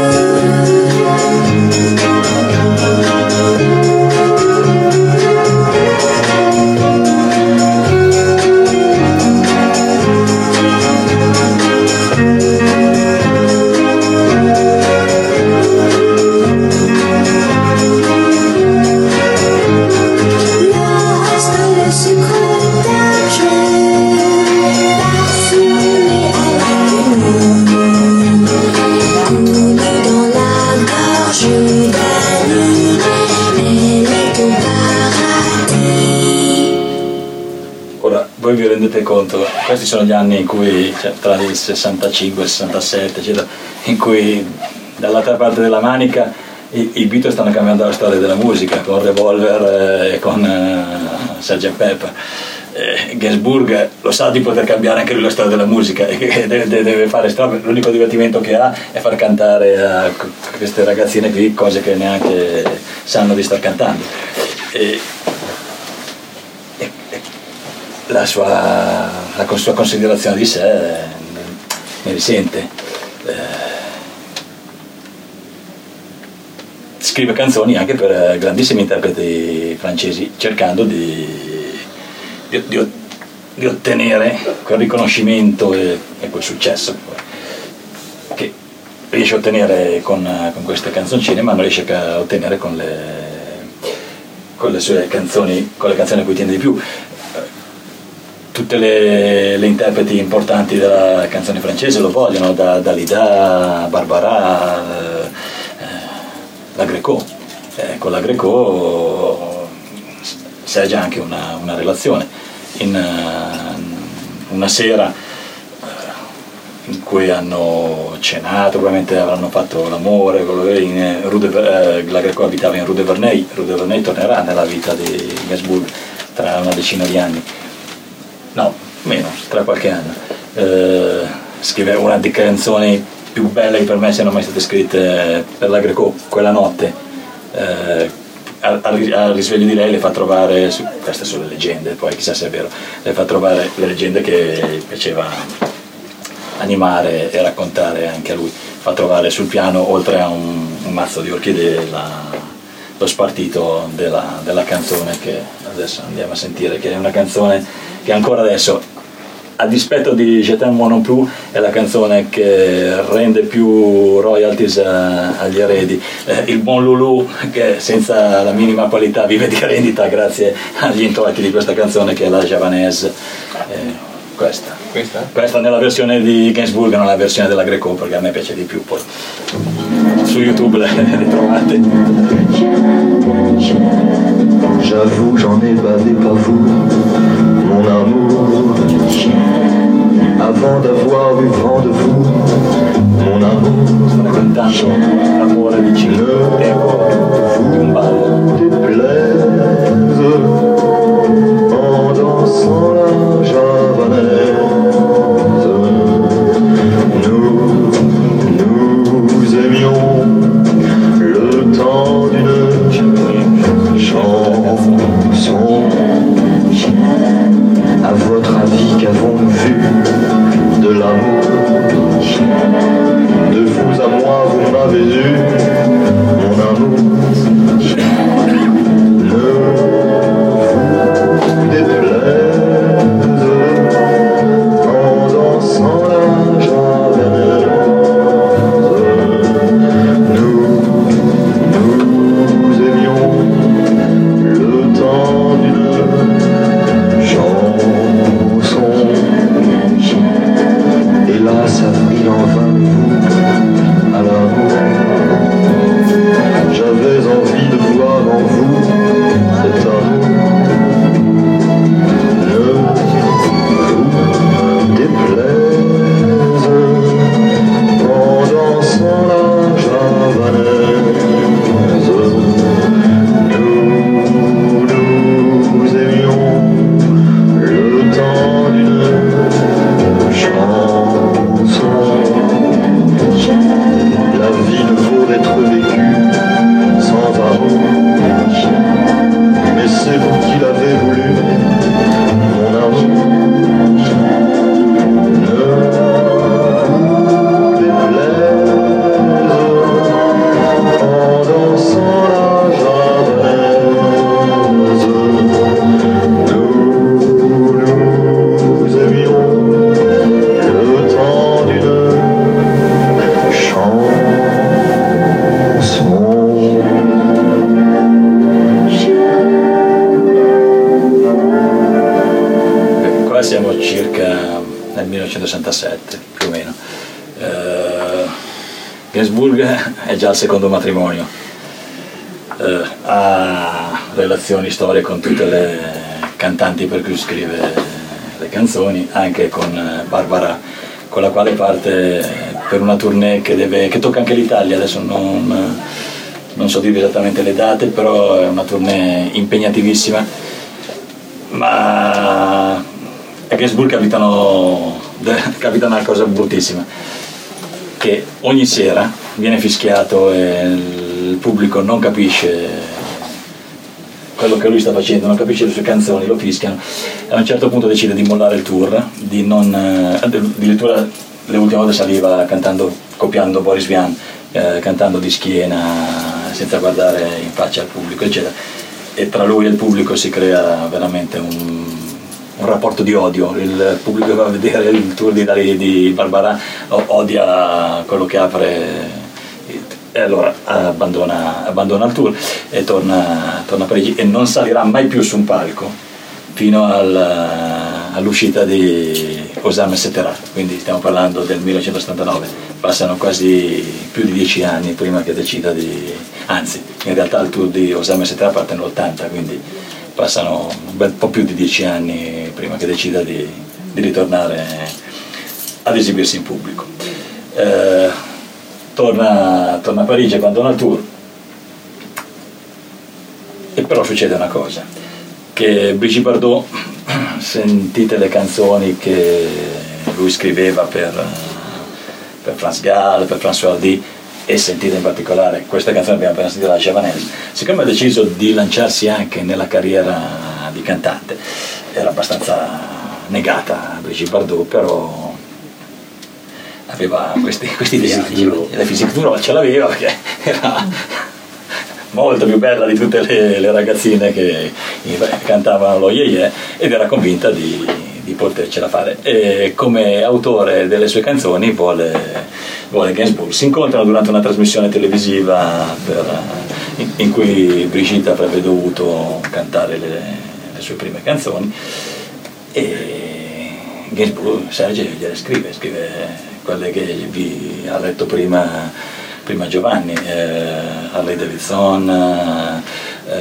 Voi vi rendete conto, questi sono gli anni in cui, cioè, tra il sessantacinque e il sessantasette, eccetera, in cui dall'altra parte della manica i, i Beatles stanno cambiando la storia della musica con Revolver e con uh, sergeant Pepper. Eh, Gainsbourg lo sa di poter cambiare anche lui la storia della musica e che deve, deve fare strada. L'unico divertimento che ha è far cantare a queste ragazzine qui cose che neanche sanno di star cantando. E, La sua, la sua considerazione di sé ne risente. Eh, scrive canzoni anche per grandissimi interpreti francesi, cercando di, di, di, di ottenere quel riconoscimento e, e quel successo che riesce a ottenere con, con queste canzoncine, ma non riesce a ottenere con le, con le sue canzoni, con le canzoni a cui tiene di più. Tutte le, le interpreti importanti della canzone francese lo vogliono, da Dalida, Barbara, eh, la Greco. Eh, con la Greco si ha già anche una, una relazione. In uh, una sera uh, in cui hanno cenato, probabilmente avranno fatto l'amore, in Rue de, eh, la Greco abitava in Rue de Verneuil. Rue de Verneuil tornerà nella vita di Gainsbourg tra una decina di anni. No, meno, tra qualche anno. Eh, scrive una delle canzoni più belle che per me siano mai state scritte per la Greco, Quella notte. Eh, al, al risveglio di lei le fa trovare, su, queste sono le leggende, poi chissà se è vero, le fa trovare le leggende che piaceva animare e raccontare anche a lui. Fa trovare sul piano, oltre a un, un mazzo di orchidee, la, lo spartito della, della canzone che adesso andiamo a sentire, che è una canzone che ancora adesso, a dispetto di Je t'aime moi non plus, è la canzone che rende più royalties a, agli eredi. Eh, il buon Lulu, che senza la minima qualità vive di rendita grazie agli introiti di questa canzone, che è la Javanaise. Eh, questa. questa questa nella versione di Gainsbourg, non la versione della Greco, perché a me piace di più. Poi su YouTube le, le trovate. J'avoue, j'en ai bavé pas vous, mon amour. Avant d'avoir eu vent de vous, mon amour. Sto raccontando l'amore di Cino, tempo di un ballo. Déplaise en dansant la javanaise. Nous, nous aimions le temps d'une chanson. À votre avis, qu'avons-nous vu de l'amour? De vous à moi, vous m'avez eu, mon amour. Ne vous déplaise en dansant la javanaise. Nous, nous aimions le temps d'une chanson. Hélas, avril en vain, à l'amour. siamo circa nel millenovecentosessantasette, più o meno. Uh, Gainsbourg è già al secondo matrimonio, uh, ha relazioni, storie con tutte le cantanti per cui scrive le canzoni, anche con Barbara, con la quale parte per una tournée che, deve, che tocca anche l'Italia. Adesso non, non so dire esattamente le date, però è una tournée impegnativissima. Ma a Gainsbourg capitano, capita una cosa bruttissima, che ogni sera viene fischiato e il pubblico non capisce quello che lui sta facendo, non capisce le sue canzoni, lo fischiano, e a un certo punto decide di mollare il tour, di non, addirittura le ultime volte saliva cantando, copiando Boris Vian, eh, cantando di schiena senza guardare in faccia al pubblico, eccetera, e tra lui e il pubblico si crea veramente un, un rapporto di odio. Il pubblico che va a vedere il tour di, di Barbara odia quello che apre, e allora abbandona, abbandona il tour e torna, torna a Parigi, e non salirà mai più su un palco fino al, all'uscita di Osama Setterà, quindi stiamo parlando del millenovecentosettantanove. Passano quasi più di dieci anni prima che decida di, anzi in realtà il tour di Osama Setterà parte nell'ottanta, quindi passano un bel po' più di dieci anni prima che decida di, di ritornare ad esibirsi in pubblico. Eh, Torna, torna a Parigi, abbandona il tour, e però succede una cosa, che Brigitte Bardot, sentite le canzoni che lui scriveva per, per France Gall, per François Hardy, e sentite in particolare questa canzone che abbiamo appena sentito, la Javanaise, siccome ha deciso di lanciarsi anche nella carriera di cantante, era abbastanza negata Brigitte Bardot, però aveva questi, questi desideri, la fisicatura ce l'aveva perché era molto più bella di tutte le, le ragazzine che cantavano lo Ye Ye, ed era convinta di, di potercela fare, e come autore delle sue canzoni vuole, vuole Gainsbourg. Si incontrano durante una trasmissione televisiva per, in, in cui Brigitte avrebbe dovuto cantare le, le sue prime canzoni, e Gainsbourg, Serge, gliele scrive, scrive quelle che vi ha letto prima, prima Giovanni, eh, Harley Davidson, eh,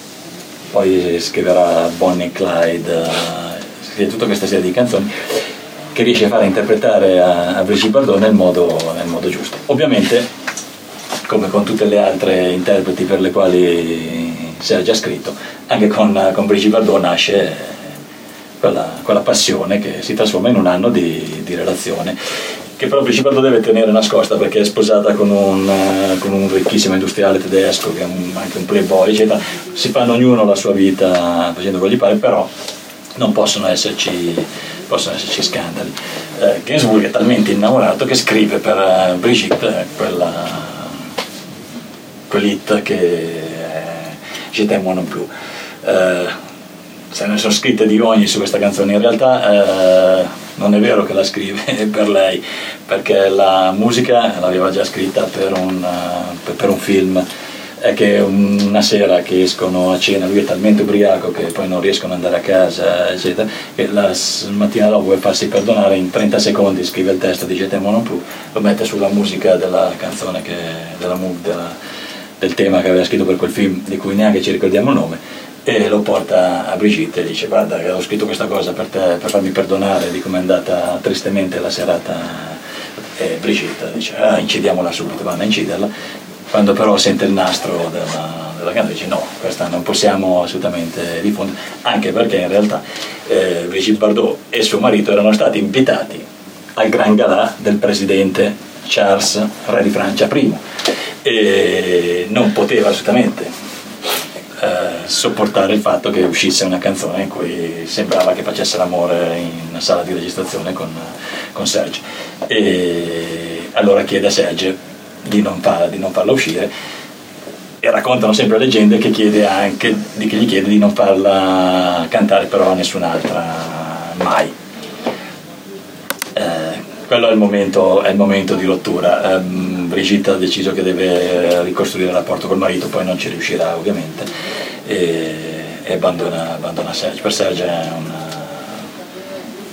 poi scriverà Bonnie e Clyde, eh, scrive tutta questa serie di canzoni che riesce a fare interpretare a, a Brigitte Bardot nel modo, nel modo giusto. Ovviamente, come con tutte le altre interpreti per le quali Serge ha scritto, anche con, con Brigitte Bardot nasce quella, quella passione che si trasforma in un anno di, di relazione, che però Brigitte Bardot deve tenere nascosta perché è sposata con un, uh, con un ricchissimo industriale tedesco che è un, anche un playboy, eccetera. Si fanno ognuno la sua vita facendo quello che gli pare, però non possono esserci, possono esserci scandali. Uh, Gainsbourg è talmente innamorato che scrive per uh, Brigitte quella, quell'hit che è Je t'aime non plus. Uh, se ne sono scritte di ogni su questa canzone, in realtà uh, non è vero che la scrive per lei, perché la musica l'aveva già scritta per un, uh, per un film. È che una sera che escono a cena, lui è talmente ubriaco che poi non riescono ad andare a casa, eccetera, che la mattina dopo, per farsi perdonare, in trenta secondi scrive il testo di Je t'aime non plus, lo mette sulla musica della canzone, che, della, della, del tema che aveva scritto per quel film, di cui neanche ci ricordiamo il nome, e lo porta a Brigitte e dice: guarda che ho scritto questa cosa per te, per farmi perdonare di come è andata tristemente la serata. E Brigitte dice: ah, incidiamola subito, vanno a inciderla. Quando però sente il nastro della, della canzone dice: no, questa non possiamo assolutamente diffondere, anche perché in realtà eh, Brigitte Bardot e suo marito erano stati invitati al Gran Galà del presidente Charles, re di Francia primo, e non poteva assolutamente Eh, sopportare il fatto che uscisse una canzone in cui sembrava che facesse l'amore in sala di registrazione con, con Serge, e allora chiede a Serge di non, farla, di non farla uscire, e raccontano sempre leggende che, chiede anche, di, che gli chiede di non farla cantare però a nessun'altra mai. Eh, quello è il momento, è il momento di rottura. Um, Brigitte ha deciso che deve ricostruire il rapporto col marito, poi non ci riuscirà ovviamente, e, e abbandona, abbandona Serge. Per Serge è una,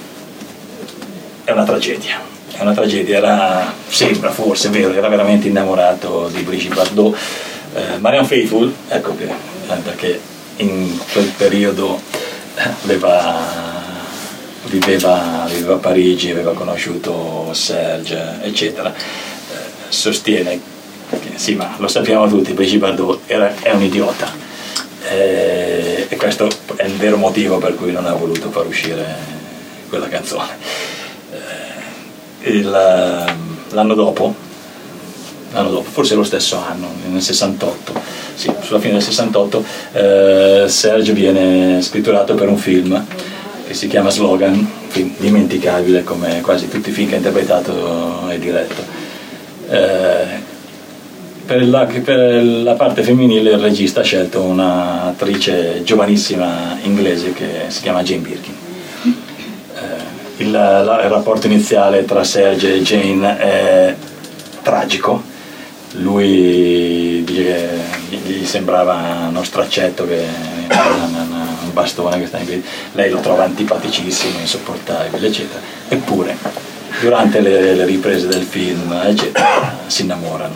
è una tragedia, è una tragedia, era, sembra forse, vero, era veramente innamorato di Brigitte Bardot. Eh, Marianne Faithfull, ecco che, eh, perché in quel periodo aveva, viveva, viveva a Parigi, aveva conosciuto Serge, eccetera, eh, sostiene che sì, ma lo sappiamo tutti, Brigitte Bardot era, è un idiota, eh, e questo è il vero motivo per cui non ha voluto far uscire quella canzone. Eh, il, l'anno dopo l'anno dopo, forse lo stesso anno, nel sessantotto, sì, sulla fine del sessantotto, eh, Serge viene scritturato per un film che si chiama Slogan, un film dimenticabile come quasi tutti i film che ha interpretato e diretto. Eh, per, la, per la parte femminile il regista ha scelto un'attrice giovanissima inglese che si chiama Jane Birkin. Eh, il, la, il rapporto iniziale tra Serge e Jane è tragico. Lui dice che gli sembrava uno straccetto, che un bastone che sta in piedi, lei lo trova antipaticissimo, insopportabile, eccetera. Eppure durante le, le riprese del film, eccetera, si innamorano.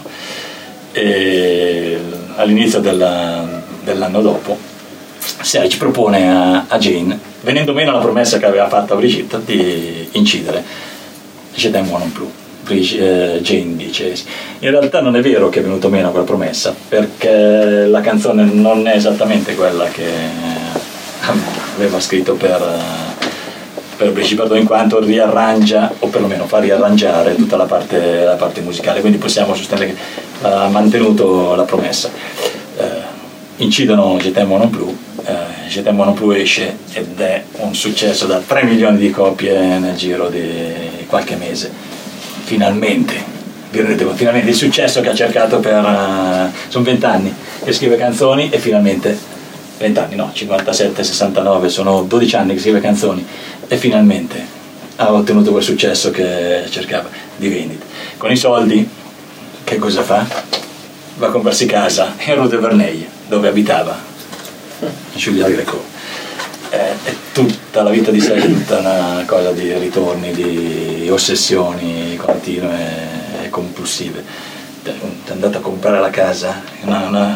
E all'inizio della, dell'anno dopo Serge propone a, a Jane, venendo meno la promessa che aveva fatto a Brigitte, di incidere Je t'aime moi non plus. Jane dice in realtà non è vero che è venuto meno quella promessa, perché la canzone non è esattamente quella che aveva scritto per, per Brigitte Bardot, in quanto riarrangia, o perlomeno fa riarrangiare tutta la parte, la parte musicale, quindi possiamo sostenere che ha mantenuto la promessa. Eh, incidono Je t'aime moi non plus, eh, Je t'aime moi non plus esce ed è un successo da tre milioni di copie nel giro di qualche mese. Finalmente, vi rendete conto, finalmente il successo che ha cercato per, uh, sono vent'anni che scrive canzoni, e finalmente, vent'anni no, cinquantasette, sessantanove, sono dodici anni che scrive canzoni, e finalmente ha ottenuto quel successo che cercava di vendita. Con i soldi, che cosa fa? Va a comprarsi casa in Rue de Verneuil, dove abitava Julia Greco. È tutta la vita di sé, è tutta una cosa di ritorni, di ossessioni continue e compulsive. È andato a comprare la casa, una, una,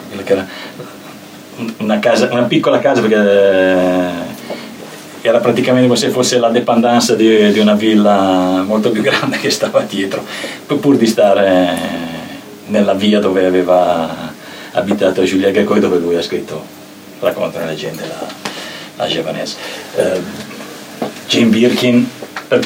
una, casa, una piccola casa, perché era praticamente come se fosse la dépendance di, di una villa molto più grande che stava dietro, pur di stare nella via dove aveva abitato Julia Greco e dove lui ha scritto, racconta una leggenda, la la Javanese. Uh, Jane Birkin uh,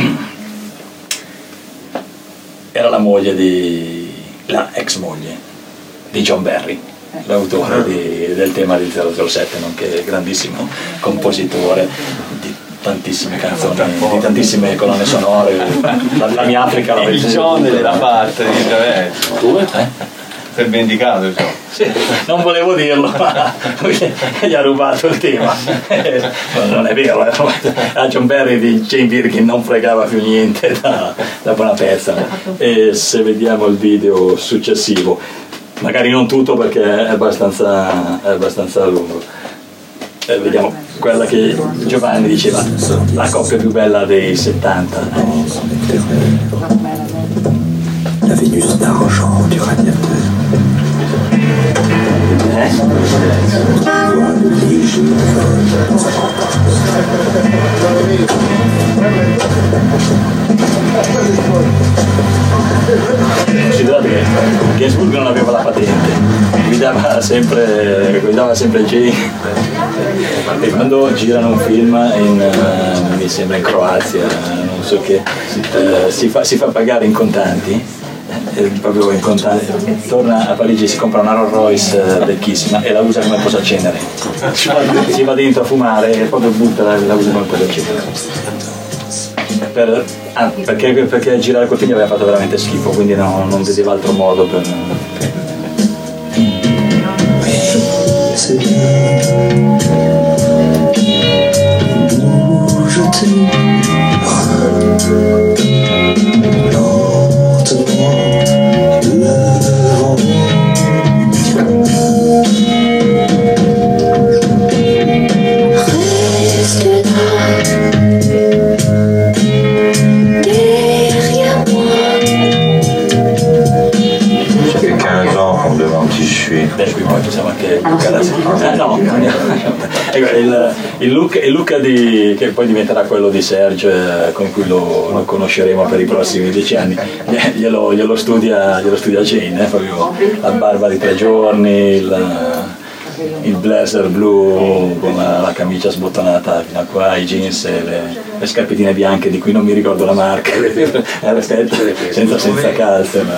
era la moglie di, la ex moglie di John Barry, l'autore di, del tema di zero zero sette, nonché grandissimo compositore di tantissime canzoni, di tantissime colonne sonore. La, la mia Africa la il John della parte di Traverso. Dove? Eh? Per vendicato, diciamo. Sì, non volevo dirlo, ma gli ha rubato il tema. Non è vero, a John Barry di Jane Birkin non fregava più niente da, da buona pezza. E se vediamo il video successivo, magari non tutto perché è abbastanza, è abbastanza lungo, e vediamo quella che Giovanni diceva, la coppia più bella dei settanta. La Vénus d'argent du radiateur. Eh? Considerate che Gainsbourg non aveva la patente, guidava sempre, guidava sempre Jane, e quando girano un film in, uh, mi sembra in Croazia, non so che, uh, si, fa, si fa pagare in contanti. Eh, proprio in contanti, torna a Parigi, si compra una Rolls Royce eh, vecchissima e la usa come posacenere, si va, si va dentro a fumare e poi butta la, la usa come posacenere, per, ah, perché, perché girare col figlio aveva fatto veramente schifo, quindi no, non vedeva altro modo per... il look, il look di, che poi diventerà quello di Serge, eh, con cui lo, lo conosceremo per i prossimi dieci anni, glielo, glielo, studia, glielo studia Jane, eh, proprio la barba di tre giorni, il, il blazer blu con la, la camicia sbottonata fino a qua, i jeans e le, le scarpettine bianche di cui non mi ricordo la marca, senza, senza calze, ma...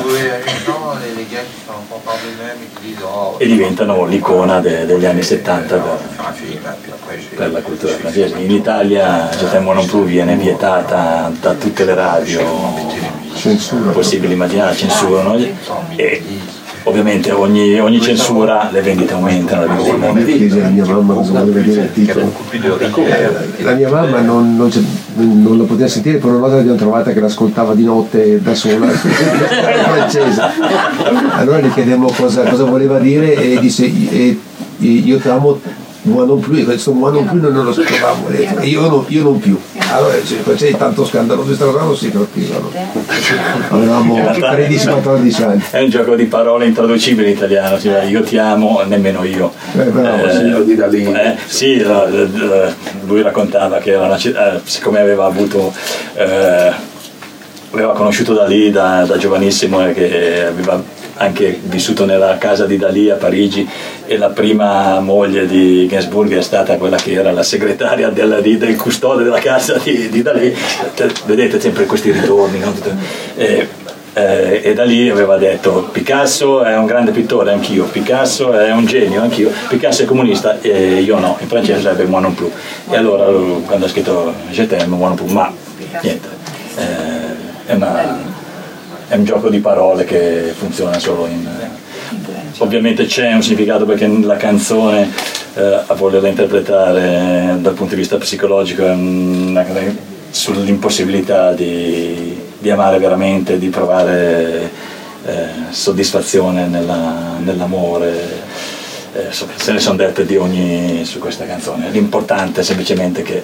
e diventano l'icona de, degli anni settanta per, per la cultura francese. In Italia Je t'aime non plus viene vietata da tutte le radio possibili, immaginare, censurano, e ovviamente ogni, ogni censura le vendite aumentano. La mia mamma cosa voleva dire il titolo. La mia mamma non, non, non lo poteva sentire, per una volta l'abbiamo trovata che l'ascoltava di notte da sola in francese. Allora gli chiedemmo cosa, cosa voleva dire e disse e, io ti amo moi non più, questo moi non più non lo sapevamo, e io non, io non più. Allora c'è tanto scandaloso questa cosa, non si capivano. Avevamo tredici quattordici anni. È un gioco di parole intraducibile in italiano, cioè io ti amo, nemmeno io. Eh, bravo, eh, sì, da lì. Eh, sì, lui raccontava che era una, eh, siccome aveva avuto eh, aveva conosciuto Dalì da, da giovanissimo e che aveva anche vissuto nella casa di Dalì a Parigi, e la prima moglie di Gainsbourg è stata quella che era la segretaria del, di, del custode della casa di, di Dalì. Vedete sempre questi ritorni, no? e, eh, e Dalì aveva detto: Picasso è un grande pittore, anch'io, Picasso è un genio, anch'io, Picasso è comunista e io no, in francese sarebbe moi non plus. E allora quando ha scritto Je t'aime moi non plus, ma niente, eh, è una è un gioco di parole che funziona solo in... Ovviamente c'è un significato, perché la canzone, eh, a volerla interpretare dal punto di vista psicologico, è una, sull'impossibilità di, di amare veramente, di provare eh, soddisfazione nella, nell'amore. Eh, se ne sono dette di ogni su questa canzone. L'importante è semplicemente che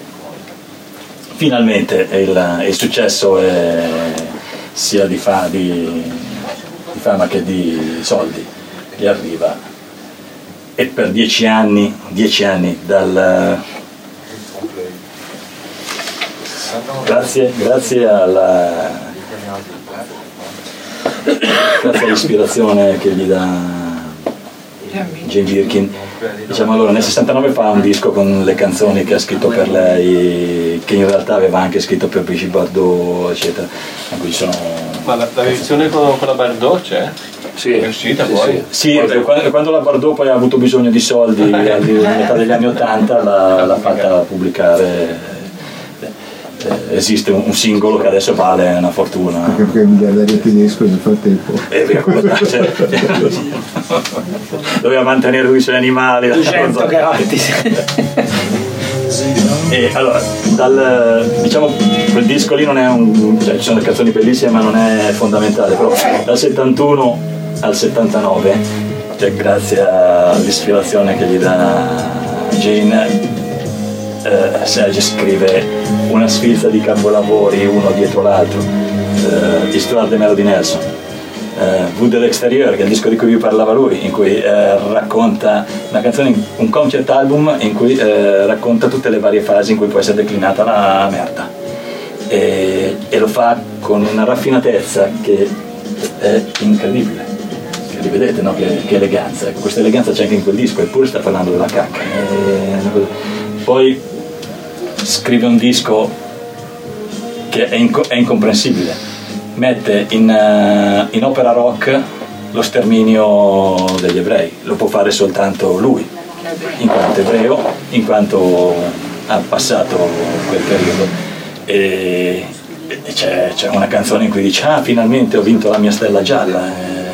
finalmente il, il successo è, sia di, fa, di, di fama che di soldi, gli arriva, e per dieci anni, dieci anni dal... Grazie, grazie alla... grazie all'ispirazione che gli dà Jane Birkin. Diciamo, allora nel sessantanove fa un disco con le canzoni che ha scritto per lei, che in realtà aveva anche scritto per Brigitte Bardot, eccetera. In cui sono... Ma la, la versione con, con la Bardot c'è? Sì, è uscita sì, poi? Sì, sì, quando, quando la Bardot poi ha avuto bisogno di soldi a metà degli anni ottanta l'ha, l'ha fatta pubblicare. Eh, esiste un, un singolo che adesso vale una fortuna. Anche perché il miliardario tedesco nel frattempo eh, doveva mantenere lui i suoi animali. duecento gratis. E allora, dal, diciamo, quel disco lì non è un, cioè ci sono le canzoni bellissime ma non è fondamentale, però dal settantuno al settantanove, cioè grazie all'ispirazione che gli dà Jane, eh, Serge scrive una sfilza di capolavori uno dietro l'altro. eh, Histoire de Melody Nelson, eh, Vue de l'extérieur, che è il disco di cui vi parlava lui, in cui eh, racconta una canzone, un concept album in cui eh, racconta tutte le varie fasi in cui può essere declinata la merda, e, e lo fa con una raffinatezza che è incredibile. Che vedete, no? Che, che eleganza, ecco, questa eleganza c'è anche in quel disco, eppure sta parlando della cacca. E, poi scrive un disco che è, inco- è incomprensibile, mette in, uh, in opera rock lo sterminio degli ebrei, lo può fare soltanto lui, in quanto ebreo, in quanto ha passato quel periodo. E, e c'è, c'è una canzone in cui dice: ah, finalmente ho vinto la mia stella gialla,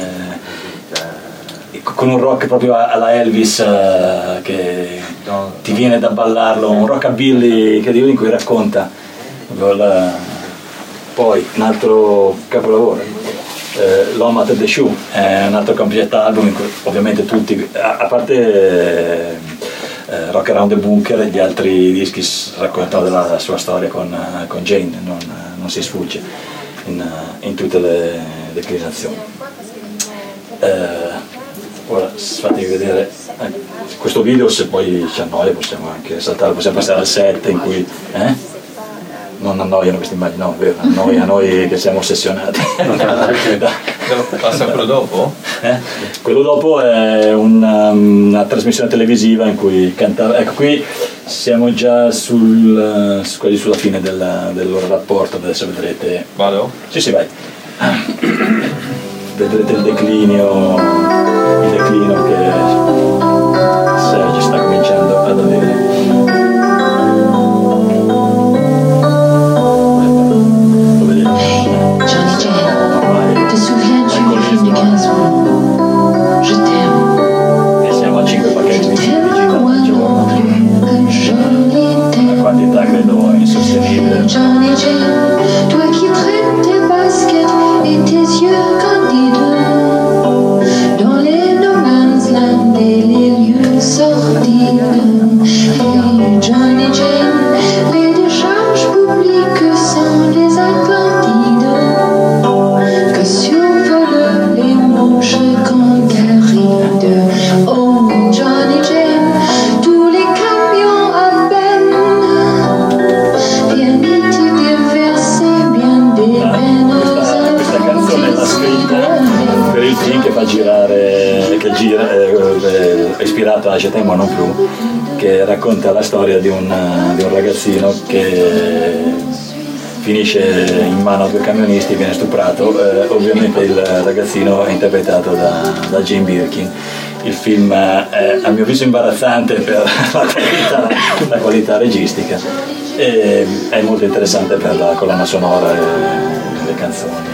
e, con un rock proprio alla Elvis, uh, che ti viene da ballarlo, un rockabilly che in cui racconta la... Poi un altro capolavoro, eh, L'Homme à tête de chou, è un altro concept album in cui ovviamente tutti, a, a parte eh, Rock Around the Bunker, e gli altri dischi raccontano della sua storia con, con Jane, non, non si sfugge in, in tutte le declinazioni. Eh, ora fatevi vedere eh, questo video, se poi ci annoia possiamo anche saltare, possiamo passare al set in cui eh? non annoiano queste immagini, no, è vero, annoia noi che siamo ossessionati. Passa quello dopo? Eh? Quello dopo è una, una trasmissione televisiva in cui cantava, ecco qui siamo già sul, su, quasi sulla fine del, del loro rapporto, adesso vedrete. Vado? Sì, sì, vai. Vedrete il declinio, il declino che Serge sta cominciando ad avere. Johnny Jane, toi qui traites tes baskets et tes yeux candides dans les no man's land et les lieux sordides. Hey Johnny Jane, les décharges publiques sont les Atlantides que survolent les mouches cantarides. Oh Johnny Jane, tous les camions à peine pieni di diverse bien dei Questa, questa canzone l'ha scritta per il film che fa girare, che gira, eh, è ispirato a Je t'aime moi non plus, che racconta la storia di un, di un ragazzino che finisce in mano a due camionisti, viene stuprato, eh, ovviamente il ragazzino è interpretato da, da Jane Birkin. Il film è a mio avviso imbarazzante per la qualità, la qualità registica e è molto interessante per la colonna sonora e le canzoni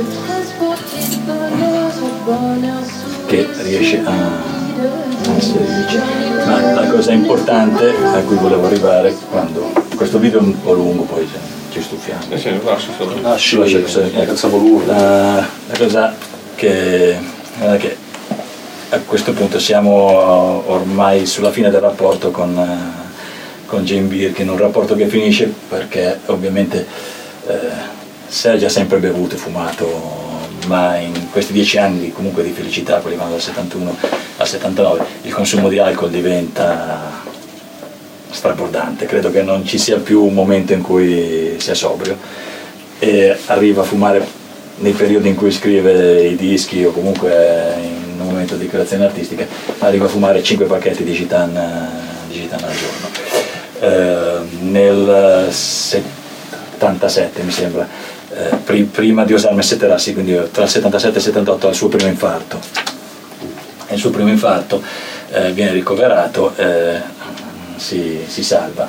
che riesce a essere vicino. Ma la cosa importante a cui volevo arrivare, quando questo video è un po' lungo, poi ci stufiamo. Eh sì, lascio solo. Lascio, lascio, lascio, la, la cosa che, eh, che a questo punto siamo ormai sulla fine del rapporto con, eh, con Jane Birkin, un rapporto che finisce perché ovviamente eh, Serge ha sempre bevuto e fumato, ma in questi dieci anni comunque di felicità, quelli vanno dal settantuno al settantanove, il consumo di alcol diventa strabordante, credo che non ci sia più un momento in cui sia sobrio e arriva a fumare nei periodi in cui scrive i dischi o comunque in un momento di creazione artistica, arriva a fumare cinque pacchetti di Gitan, di Gitan al giorno. Eh, nel settantasette mi sembra, eh, pri- prima di osarmi setterassi, quindi tra il settantasette e il settantotto, al suo primo infarto. E il suo primo infarto eh, viene ricoverato, eh, si, si salva,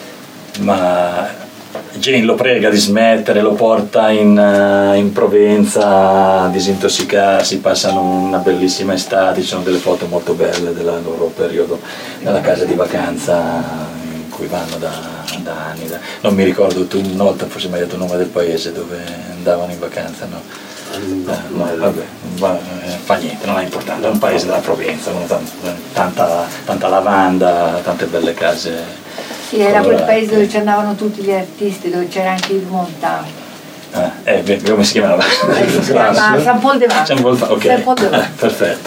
ma Jane lo prega di smettere, lo porta in, in Provenza a disintossicarsi, passano una bellissima estate, ci sono delle foto molto belle del loro periodo nella casa di vacanza in cui vanno da, da anni, da, non mi ricordo, tu una volta forse mi hai detto il nome del paese dove andavano in vacanza, no? No, no vabbè, va, eh, fa niente, non è importante, è un paese della Provenza, tanta, tanta lavanda, tante belle case. Sì, era quel paese dove ci andavano tutti gli artisti, dove c'era anche il Montano. Ah, eh, beh, come si chiamava? Eh, si chiama San Paul de Vans. San Paul, ok. San Paul de Vans. Ah, perfetto.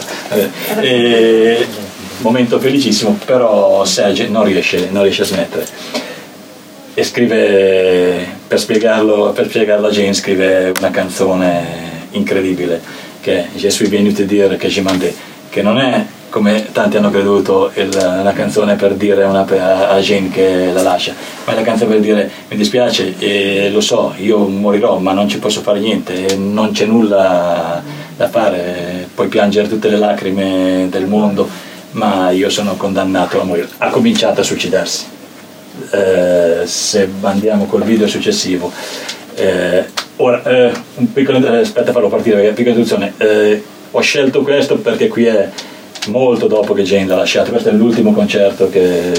E, momento felicissimo, però Serge non riesce, non riesce a smettere. E scrive, per spiegarlo, per spiegarlo a Jane, scrive una canzone incredibile che è Je suis venu te dire que je m'en vais, che non è, come tanti hanno creduto, il, una canzone per dire una, a Jane che la lascia, ma è la canzone per dire mi dispiace e lo so, io morirò ma non ci posso fare niente, non c'è nulla da fare, puoi piangere tutte le lacrime del mondo ma io sono condannato a morire. Ha cominciato a suicidarsi. Eh, se andiamo col video successivo, eh, ora eh, un piccolo, eh, aspetta farlo partire, piccola introduzione. Eh, ho scelto questo perché qui è molto dopo che Jane l'ha lasciato, questo è l'ultimo concerto che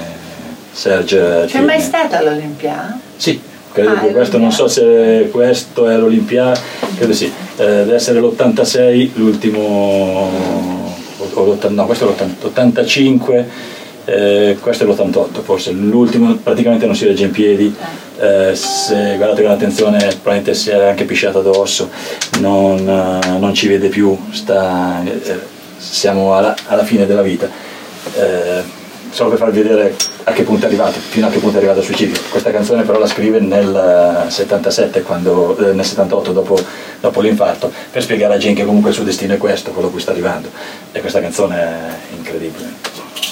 Serge c'è mai stata all'Olimpiade? Sì, credo ah, che questo, non so se questo è l'Olimpiade, credo sì, eh, deve essere l'ottantasei, l'ultimo, o no, questo è l'ottantacinque, eh, questo è l'ottantotto forse, l'ultimo praticamente non si regge in piedi, eh, se guardate con attenzione probabilmente si è anche pisciato addosso, non, eh, non ci vede più, sta... Eh, siamo alla, alla fine della vita. Eh, solo per farvi vedere a che punto è arrivato, fino a che punto è arrivato il suicidio. Questa canzone però la scrive nel settantasette, quando, eh, nel settantotto dopo, dopo l'infarto, per spiegare a Jane che comunque il suo destino è questo, quello a cui sta arrivando, e questa canzone è incredibile.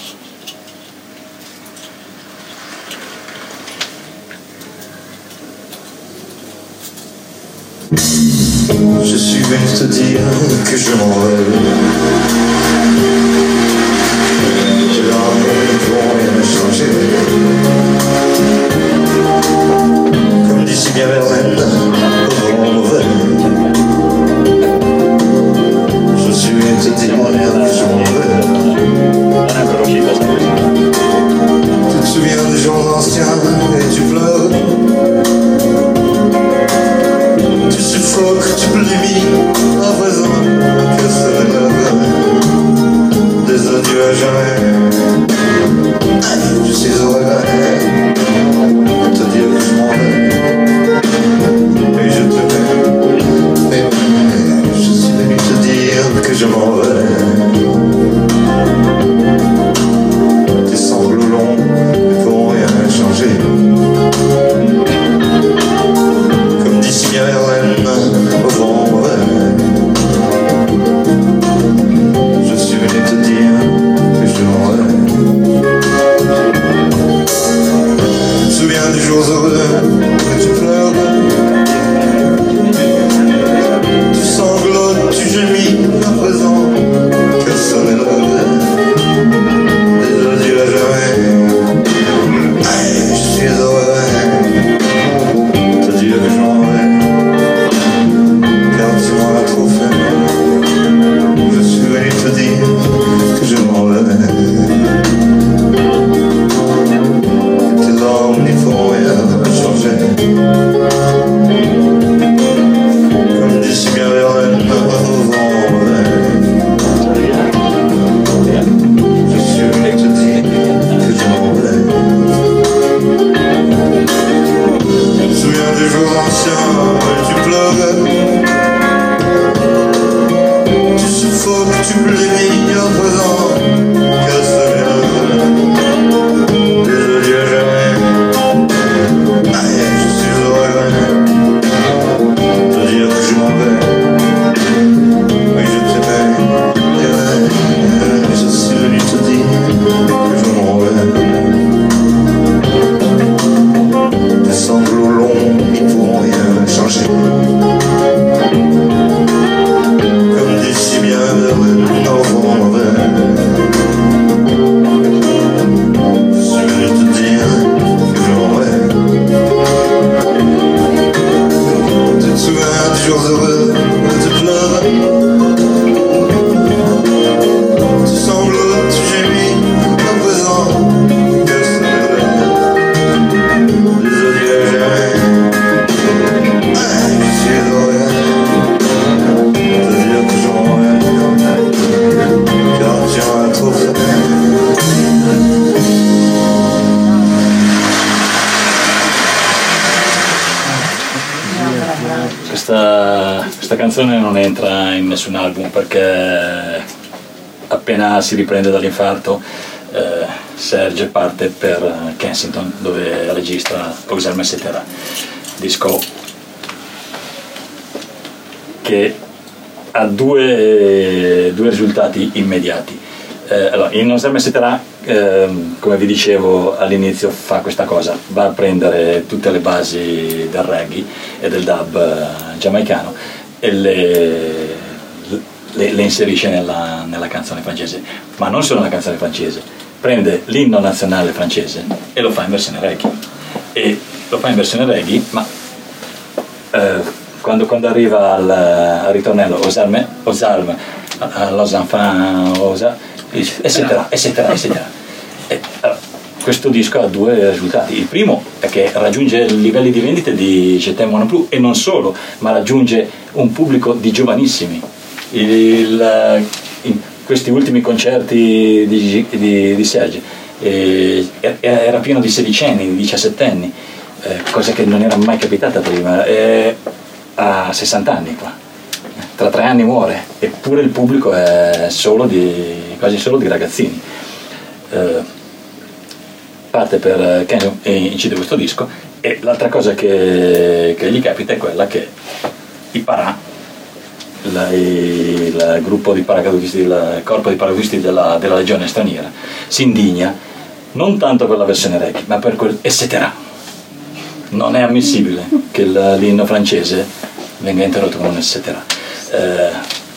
Je suis venu te dire que je m'en vais. Tes larmes ne pourront rien changer. Comme dit si bien Verlaine, au vent mauvais. Je suis venu te dire que je m'en vais. Tu te souviens des jours anciens et tu pleures. Tu suffoques, tu plumies, à présent, que c'est le des adieux à jamais. Je suis au regret de te dire que je m'en vais. Et je te mets, mais je suis venu te dire que je m'en vais. Tes sanglots longs ne pourront rien changer. Comme dit si bien Verlaine, au vent mauvais. Je suis venu te dire que je m'en vais. Je me souviens des jours heureux où tu pleures. Tu sanglotes, tu gémis, à présent que sonne l'heure des adieux à jamais. Je suis heureux te dire que je m'en vais, car tu m'en as trop fait. Je suis venu te dire que je m'en vais. Tes larmes n'y feront rien changer. Comme dit si bien Verlaine, au vent mauvais. Je suis venu te dire que je m'en vais. Je me souviens des jours anciens où tu pleurais. Tu suffoques, tu blémis à présent. Que c'est bien. Désolé à jamais. Aïe, je suis au regret de dire que je m'en vais. Oui, je t'aimais. Je suis venu te dire que je m'en vais. Des sanglots longs, ils pourront rien changer. Comme dit si bien Verlaine, au vent mauvais. Je suis venu te dire que je m'en vais. Tu te souviens des jours heureux où tu pleures. Tu sanglotes, tu gémis, à présent que c'est l'heure des adieux à jamais. Je suis heureux de dire que je m'en vais, car tu m'as trop fait. Questa, questa canzone non entra in nessun album perché appena si riprende dall'infarto eh, Serge parte per Kensington dove registra Aux et cetera, disco che ha due, due risultati immediati. Eh, allora, in Aux et cetera, eh, come vi dicevo all'inizio, fa questa cosa, va a prendere tutte le basi del reggae e del dub eh, giamaicano e le, le, le inserisce nella, nella canzone francese, ma non solo nella canzone francese, prende l'inno nazionale francese e lo fa in versione reggae, e lo fa in versione reggae, ma eh, quando, quando arriva al, al ritornello aux armes, aux armes, aux enfants, aux eccetera, eccetera, eccetera. E, allora, questo disco ha due risultati. Il primo è che raggiunge livelli di vendite di Je t'aime moi non plus, e non solo, ma raggiunge un pubblico di giovanissimi. Il, in questi ultimi concerti di, di, di Serge eh, era pieno di sedicenni, di diciassettenni, eh, cosa che non era mai capitata prima. Eh, ha sessanta anni qua. tra tre anni muore, eppure il pubblico è solo di, quasi solo di ragazzini. Eh, parte per Kenzo e incide questo disco, e l'altra cosa che, che gli capita è quella che i Parà, il, il gruppo di paracadutisti, il corpo di paracadutisti della, della Legione Straniera, si indigna non tanto per la versione reggae, ma per quel et cetera. Non è ammissibile che l'inno francese venga interrotto con un et cetera. Eh,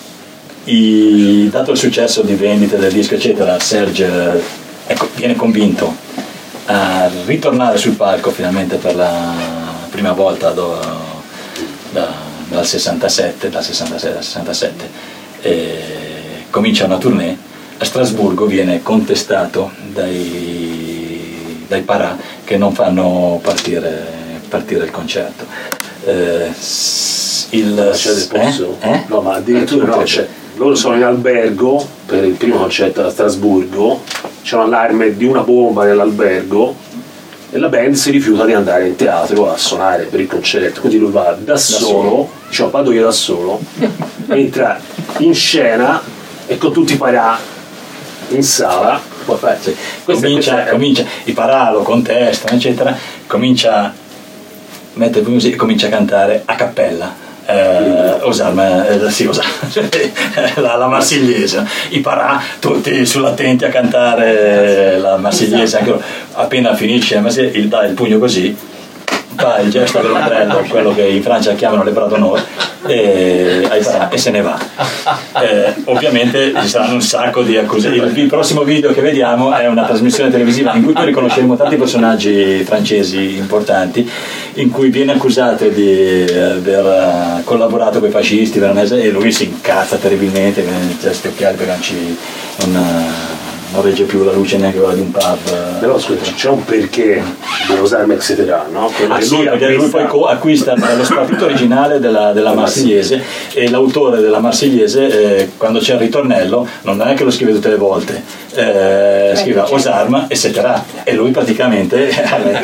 i, dato il successo di vendite del disco eccetera, Serge ecco, viene convinto a ritornare sul palco finalmente per la prima volta do, da, dal sessantasette, dal sessantasei, dal sessantasette, e comincia una tournée. A Strasburgo viene contestato dai, dai Parà che non fanno partire, partire il concerto. Eh, il, c'è del posto? Eh? Eh? No, ma addirittura no, c'è. Loro sono in albergo per il primo concerto a Strasburgo, c'è un allarme di una bomba nell'albergo e la band si rifiuta di andare in teatro a suonare per il concerto, quindi lui va da, da solo, solo, diciamo vado io da solo, entra in scena e con tutti i Parà in sala, poi sì. comincia, comincia, i Parà lo contestano eccetera, comincia mette musica e comincia a cantare a cappella. Eh, Osarma, eh, sì, Osarma, la, la marsigliese, i Parà tutti sull'attenti a cantare la marsigliese, anche appena finisce il, dà il pugno così, fa il gesto dell'ombrello, quello che in Francia chiamano le bras d'honneur, e, ai Parà, e se ne va. Eh, ovviamente ci saranno un sacco di accuse. Il, il prossimo video che vediamo è una trasmissione televisiva in cui poi riconosceremo tanti personaggi francesi importanti, in cui viene accusato di aver collaborato con i fascisti veronesi, e lui si incazza terribilmente, viene a stocchiare perché non ci non, non regge più la luce neanche quella di un pub. Però scusa, c'è un perché dello Osarma et cetera, no? Ah, sì, lui, perché lui poi co- acquista lo sparatutto originale della, della Marsigliese, e l'autore della Marsigliese eh, quando c'è il ritornello non è che lo scrive tutte le volte, eh, scrive Osarma et cetera, e lui praticamente ha letto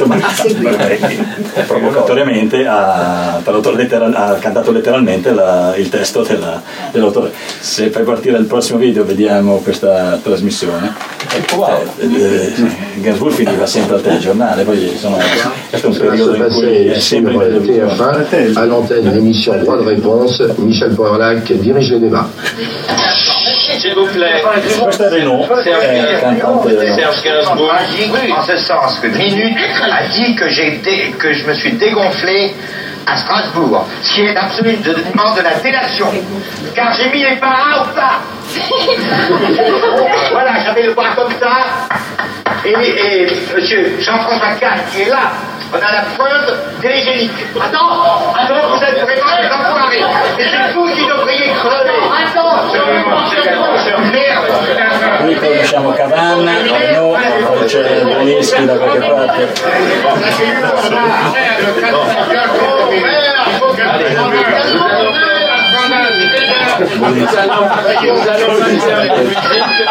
provocatoriamente ha, lettera, ha cantato letteralmente la, il testo della, dell'autore. Se fai partire il prossimo video vediamo questa trasmissione. Wow. Eh, Gainsbourg finiva sempre al telegiornale, poi sono, è un periodo in cui è sempre in televisione. À l'antenne, l'émission Droit de réponse, Michel Poirlac dirige le débats. S'il vous plaît. Questo è Renaud, è cantante Serge Gainsbourg. En ce sens que Minute a dit que, j'ai dé- que je me suis dégonflé à Strasbourg, ce qui est absolument de la délation, car j'ai mis les paras au plat. Voilà, j'avais le bras comme ça, et, et monsieur Jean-François Kahn qui est là, on a la preuve télégénique. Attends, attends, vous êtes vraiment des enfoirés, et c'est vous qui devriez crever. Attends, merde. Qui conosciamo Cavanna, Renaud, poi c'è Boneschi da qualche parte. Nous allons, nous allons passer un peu de musique.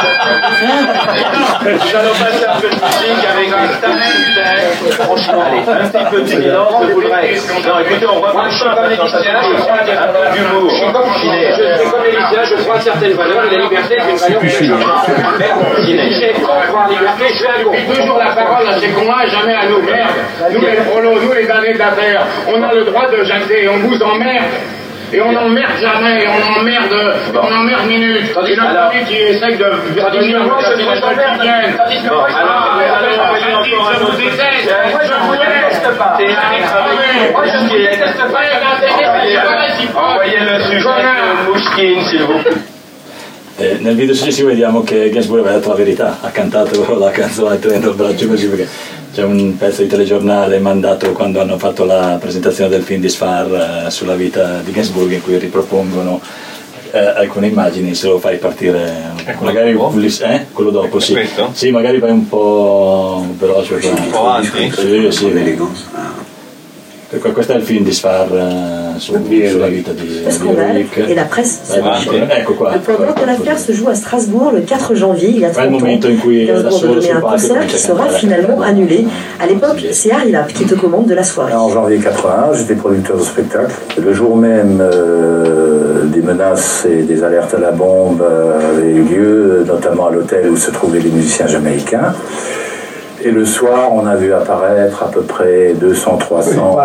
Nous allons passer un peu de musique avec un style. Franchement, un petit peu de silence, je voudrais. Non, écoutez, on va voir ça comme les lycéens, je crois qu'il y a un peu d'humour. Je suis comme les lycéens, je crois à certaines valeurs, et la liberté est une valeur que je j'ai contre la liberté, je suis un con. Toujours la parole à ces cons-là, jamais à nous. Merde. Nous les prolos, nous les damnés de la terre, on a le droit de jacter, on vous emmerde. Et on n'emmerde jamais, et on emmerde, on emmerde minute. Tandis que la police qui essaye de venir nous casser les quotidiennes. Tandis que moi, je vous déteste. Moi, je vous déteste pas. Moi, je vous déteste pas. Envoyez le sujet de Mouchkine, s'il vous plaît. Eh, nel video successivo vediamo che Gainsbourg aveva detto la verità, ha cantato la canzone tenendo il braccio così, perché c'è un pezzo di telegiornale mandato quando hanno fatto la presentazione del film di Sfar eh, sulla vita di Gainsbourg, in cui ripropongono eh, alcune immagini. Se lo fai partire ecco, magari eh? quello dopo, sì. Sì, magari vai un po' veloce, un po' avanti. Sì, sì. Questo è il film di Sfar uh, su, sulla vita di Eric. Et la presse s'est Ecco qua. Le point mort de l'affaire se joue à Strasbourg le quatre janvier, il y a trente ans. Gainsbourg devait donner un concert qui sera finalement annulé. À l'époque, c'est Harry Lapp qui est aux commandes de la soirée. En janvier quatre-vingt-un, j'étais producteur de spectacle. Le jour même, euh, des menaces et des alertes à la bombe euh, avaient eu lieu, notamment à l'hôtel où se trouvaient les musiciens jamaïcains. Et le soir, on a vu apparaître à peu près deux cents, trois cents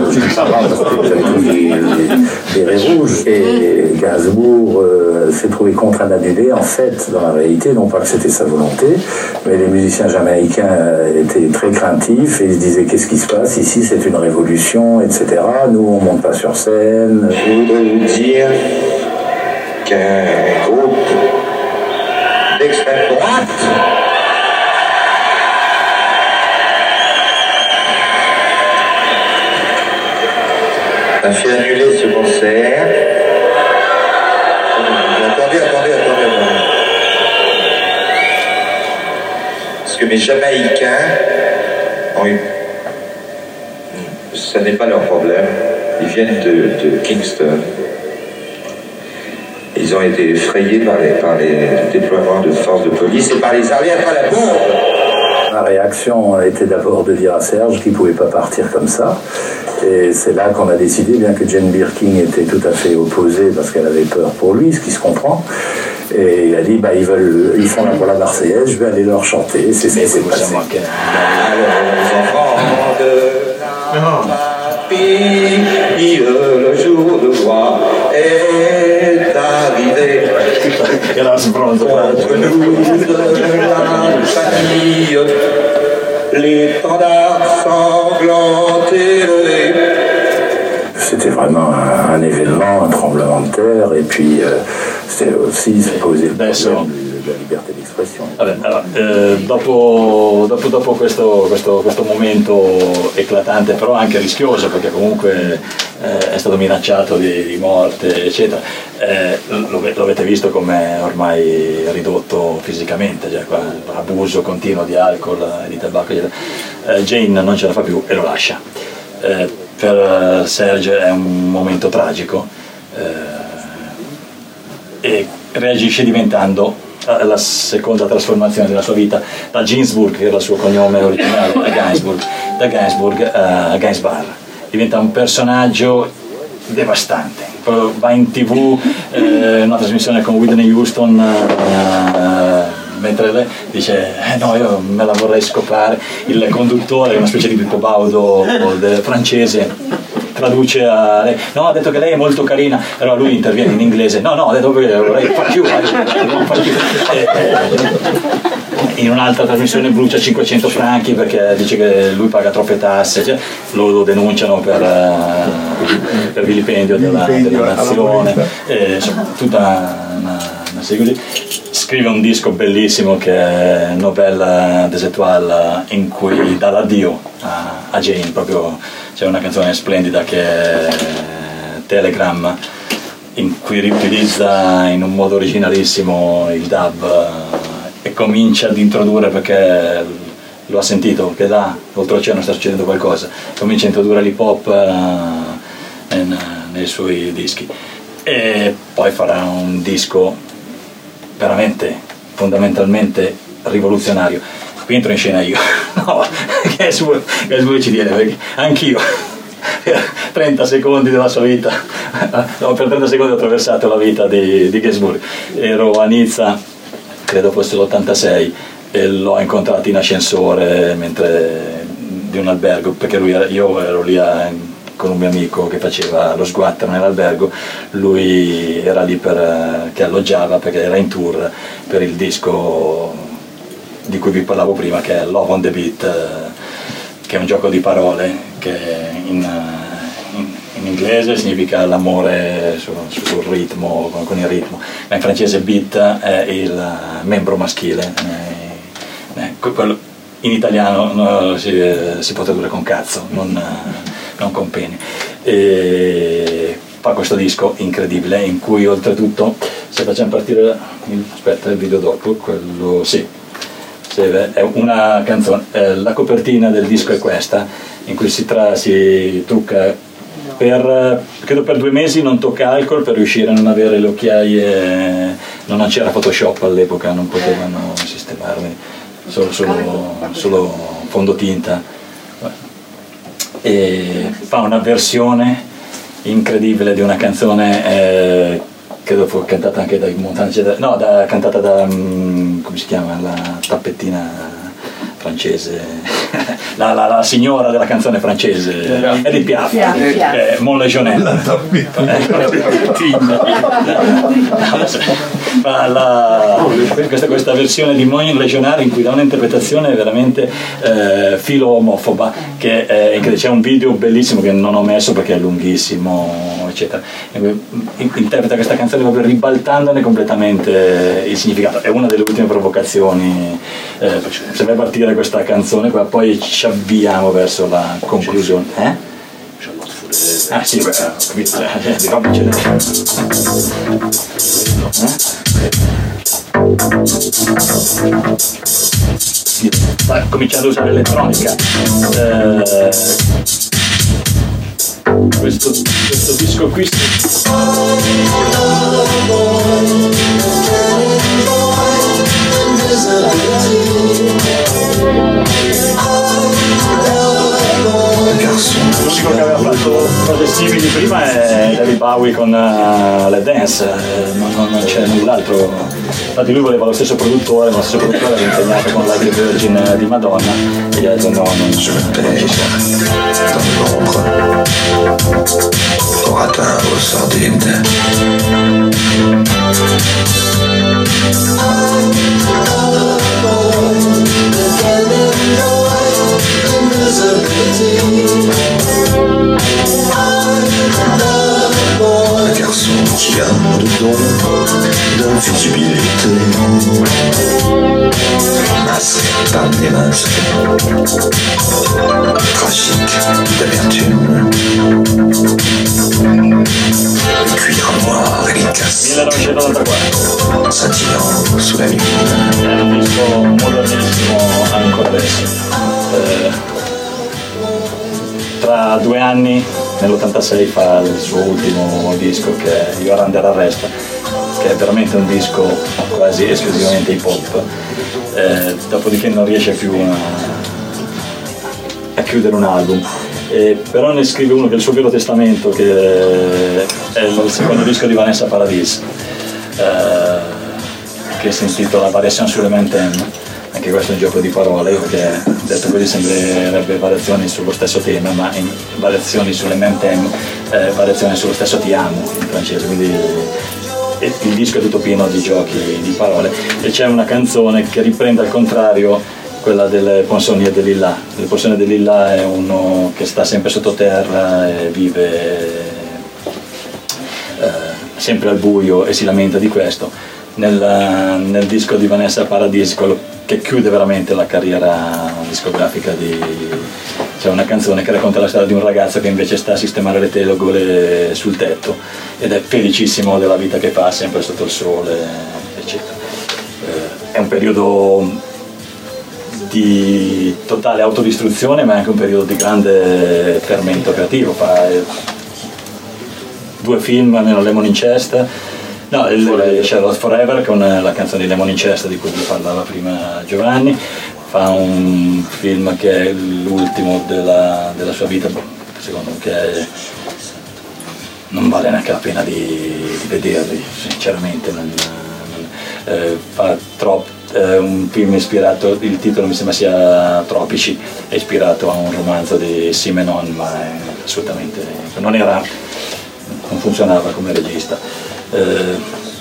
des raies rouges. Et Gainsbourg euh, s'est trouvé contraint d'annuler, en fait, dans la réalité, non pas que c'était sa volonté, mais les musiciens jamaïcains étaient très craintifs et ils se disaient qu'est-ce qui se passe ici, c'est une révolution, et cetera. Nous, on monte pas sur scène. Je voudrais vous dire qu'un groupe d'extrême droite a fait annuler ce concert. Attendez, attendez, attendez, attendez. Parce que mes Jamaïcains ont eu... Ce n'est pas leur problème. Ils viennent de, de Kingston. Ils ont été effrayés par les, par les déploiements de forces de police et par les alertes à la bombe. Ma réaction a été d'abord de dire à Serge qu'il ne pouvait pas partir comme ça. Et c'est là qu'on a décidé, bien que Jane Birkin était tout à fait opposée parce qu'elle avait peur pour lui, ce qui se comprend. Et il a dit, bah, ils, veulent, ils font la pour la Marseillaise, je vais aller leur chanter. C'est ce qui s'est passé. Alors, les enfants de la pays, le jour de gloire est arrivé. Contre nous de la famille, l'étendard sanglant élevé. C'était vraiment un, un événement, un tremblement de terre, et puis euh, c'était aussi se poser le problème della libertà di espressione. Vabbè, allora, eh, dopo, dopo, dopo questo, questo, questo momento eclatante, però anche rischioso, perché comunque eh, è stato minacciato di, di morte, eccetera, eh, lo, lo avete visto come ormai ridotto fisicamente, cioè qua, abuso continuo di alcol e di tabacco, eccetera. Eh, Jane non ce la fa più e lo lascia. Eh, per Serge è un momento tragico eh, e reagisce diventando la seconda trasformazione della sua vita, da Gainsbourg, che era il suo cognome originale, a Gainsbourg, da Gainsbourg a Gainsbar. Diventa un personaggio devastante. Poi va in tv, eh, una trasmissione con Whitney Houston, eh, mentre lei dice eh no, io me la vorrei scopare. Il conduttore, una specie di Pippo Baudo francese, traduce a lei, no, ha detto che lei è molto carina, allora lui interviene in inglese, no, no, ha detto che vorrei fuck you, fuck you. E, in un'altra trasmissione brucia cinquecento franchi perché dice che lui paga troppe tasse, cioè, lo, lo denunciano per, uh, per vilipendio della, della nazione, e, insomma, tutta una, una serie così. Scrive un disco bellissimo che è Novelle des Étoiles, in cui dà l'addio a, a Jane, proprio c'è una canzone splendida che è Telegram, in cui riutilizza in un modo originalissimo il dub e comincia ad introdurre, perché lo ha sentito che là oltreoceano sta succedendo qualcosa, comincia a introdurre l'hip hop uh, in, nei suoi dischi, e poi farà un disco veramente fondamentalmente rivoluzionario. Qui entro in scena io, no, Gainsbourg ci tiene, perché anch'io per trenta secondi della sua vita, no, per trenta secondi ho attraversato la vita di, di Gainsbourg. Ero a Nizza, credo fosse l'ottantasei, e l'ho incontrato in ascensore mentre di un albergo, perché lui, io ero lì a, con un mio amico che faceva lo sguattero nell'albergo, lui era lì per, che alloggiava perché era in tour per il disco di cui vi parlavo prima, che è Love on the Beat, che è un gioco di parole che in, in, in inglese significa l'amore sul, sul ritmo, con il ritmo, ma in francese beat è il membro maschile, in italiano no, si, si può tradurre con cazzo, non, non con pene. E fa questo disco incredibile in cui oltretutto, se facciamo partire il, aspetta il video dopo, quello sì, è una canzone, eh, la copertina del disco è questa, in cui si, tra, si trucca per, credo per due mesi, non tocca alcol per riuscire a non avere le occhiaie, non c'era Photoshop all'epoca, non potevano sistemarli, solo, solo, solo fondotinta, e fa una versione incredibile di una canzone, eh, credo fu cantata anche dai Montagnier, no, da, cantata da, um, come si chiama, la tappettina francese, la, la, la signora della canzone francese, Edith Piaf, eh, Mon Legionnaire. La tappettina. La, questa, questa versione di Mon Legionnaire in cui dà un'interpretazione veramente eh, filo omofoba, che eh, c'è un video bellissimo che non ho messo perché è lunghissimo, eccetera. Interpreta questa canzone proprio ribaltandone completamente il significato. È una delle ultime provocazioni, eh, se vai a partire questa canzone qua, poi ci avviamo verso la conclusione. Eh? Ah sì, beh, ho capito, di roba ce n'è. Eh? Cominciando a usare l'elettronica. Eh, questo, questo disco qui l'unico che aveva fatto cose simili prima è David Bowie con uh, le dance, eh, non, non c'è null'altro. Infatti lui voleva lo stesso produttore, ma lo stesso produttore era impegnato con Like a Virgin di Madonna e gli ha detto no, non, non ci siamo. Pour atteindre sordide. Un garçon qui a le don d'invisibilité, masque parmi masques, tragique d'amertume, le cuir noir et les casses, scintillant sous la lune. È un disco modernissimo ancora adesso. Eh, tra due anni, nell'ottantasei, fa il suo ultimo disco che è You're Under Arrest, che è veramente un disco quasi esclusivamente hip hop. Eh, dopodiché non riesce più a, a chiudere un album. Eh, però ne scrive uno che è il suo vero testamento, che è il secondo disco di Vanessa Paradis, eh, che si intitola Variation sur le Mainten. Anche questo è un gioco di parole, perché detto così sembrerebbe variazioni sullo stesso tema, ma in variazioni sulle Mainten, eh, variazioni sullo stesso ti amo in francese, quindi e il disco è tutto pieno di giochi di parole. E c'è una canzone che riprende al contrario quella delle Poinçonniers de Lilla. Le Poinçonniers de Lilla è uno che sta sempre sottoterra e vive eh, sempre al buio e si lamenta di questo. Nel, nel disco di Vanessa Paradis, quello che chiude veramente la carriera discografica di... c'è una canzone che racconta la storia di un ragazzo che invece sta a sistemare le telogole sul tetto ed è felicissimo della vita che fa sempre sotto il sole, eccetera. Eh, è un periodo di totale autodistruzione, ma è anche un periodo di grande fermento creativo. Fa eh, due film, almeno Lemon in Chest, no, il Charlotte Forever con la canzone di Lemon in Chest di cui vi parlava prima Giovanni. Fa un film che è l'ultimo della, della sua vita, secondo me, che è, non vale neanche la pena di, di vederli, sinceramente. Non, non, eh, fa troppo, eh, un film ispirato, il titolo mi sembra sia Tropici, è ispirato a un romanzo di Simenon, ma è assolutamente non era, non funzionava come regista. Eh,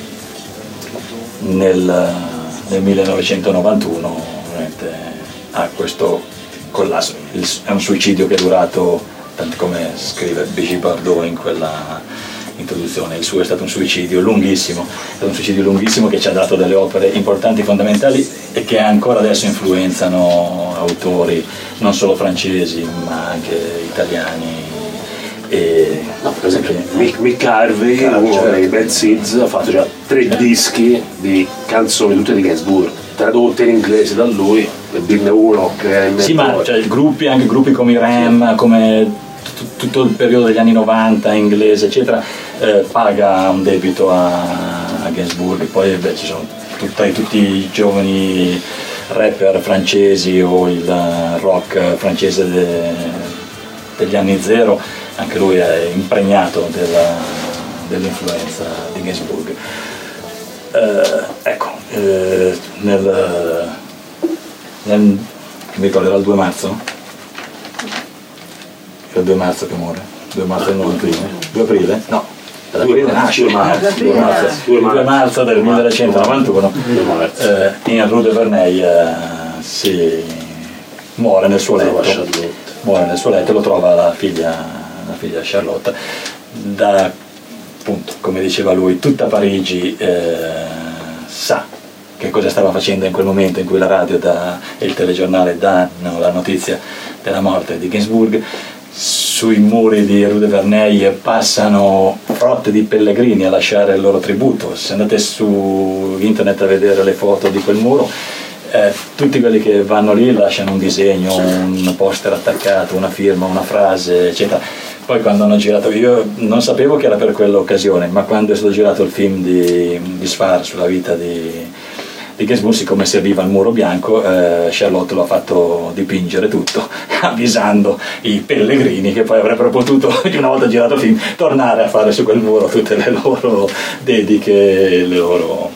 nel, nel millenovecentonovantuno veramente ha questo collasso, il, è un suicidio che è durato, tanto come scrive Brigitte Bardot in quella introduzione, il suo è stato un suicidio lunghissimo, è stato un suicidio lunghissimo che ci ha dato delle opere importanti, fondamentali e che ancora adesso influenzano autori non solo francesi ma anche italiani. E no, per esempio Mick, Mick Harvey, uno dei Bad Seeds, ha fatto già tre dischi di canzoni tutte di Gainsbourg tradotte in inglese da lui, per dirne uno che è sì, ma cioè, gruppi, anche gruppi come i Ram, come t- tutto il periodo degli anni novanta inglese eccetera, eh, paga un debito a, a Gainsbourg. Poi beh, ci sono tutta, tutti i giovani rapper francesi o il rock francese de, degli anni zero, anche lui è impregnato della, dell'influenza di Gainsbourg. Eh, ecco, eh, nel, nel, mi ricordo, era il due marzo? Era il due marzo che muore? due marzo del novantuno? due aprile? No, ad aprile nasce, due marzo, due marzo, due marzo, due marzo del millenovecentovantuno, eh, in Rue de Verneuil eh, si muore nel suo letto, muore nel suo letto e lo trova la figlia, la figlia Charlotte. Da, appunto, come diceva lui, tutta Parigi eh, sa che cosa stava facendo in quel momento in cui la radio da, e il telegiornale danno la notizia della morte di Gainsbourg. Sui muri di Rue de Verneuil passano frotte di pellegrini a lasciare il loro tributo. Se andate su internet a vedere le foto di quel muro, eh, tutti quelli che vanno lì lasciano un disegno, un poster attaccato, una firma, una frase, eccetera. Poi quando hanno girato, io non sapevo che era per quell'occasione, ma quando è stato girato il film di, di Sfar sulla vita di, di Gainsbourg, siccome serviva il muro bianco, eh, Charlotte lo ha fatto dipingere tutto, avvisando i pellegrini che poi avrebbero potuto, una volta girato il film, tornare a fare su quel muro tutte le loro dediche, le loro...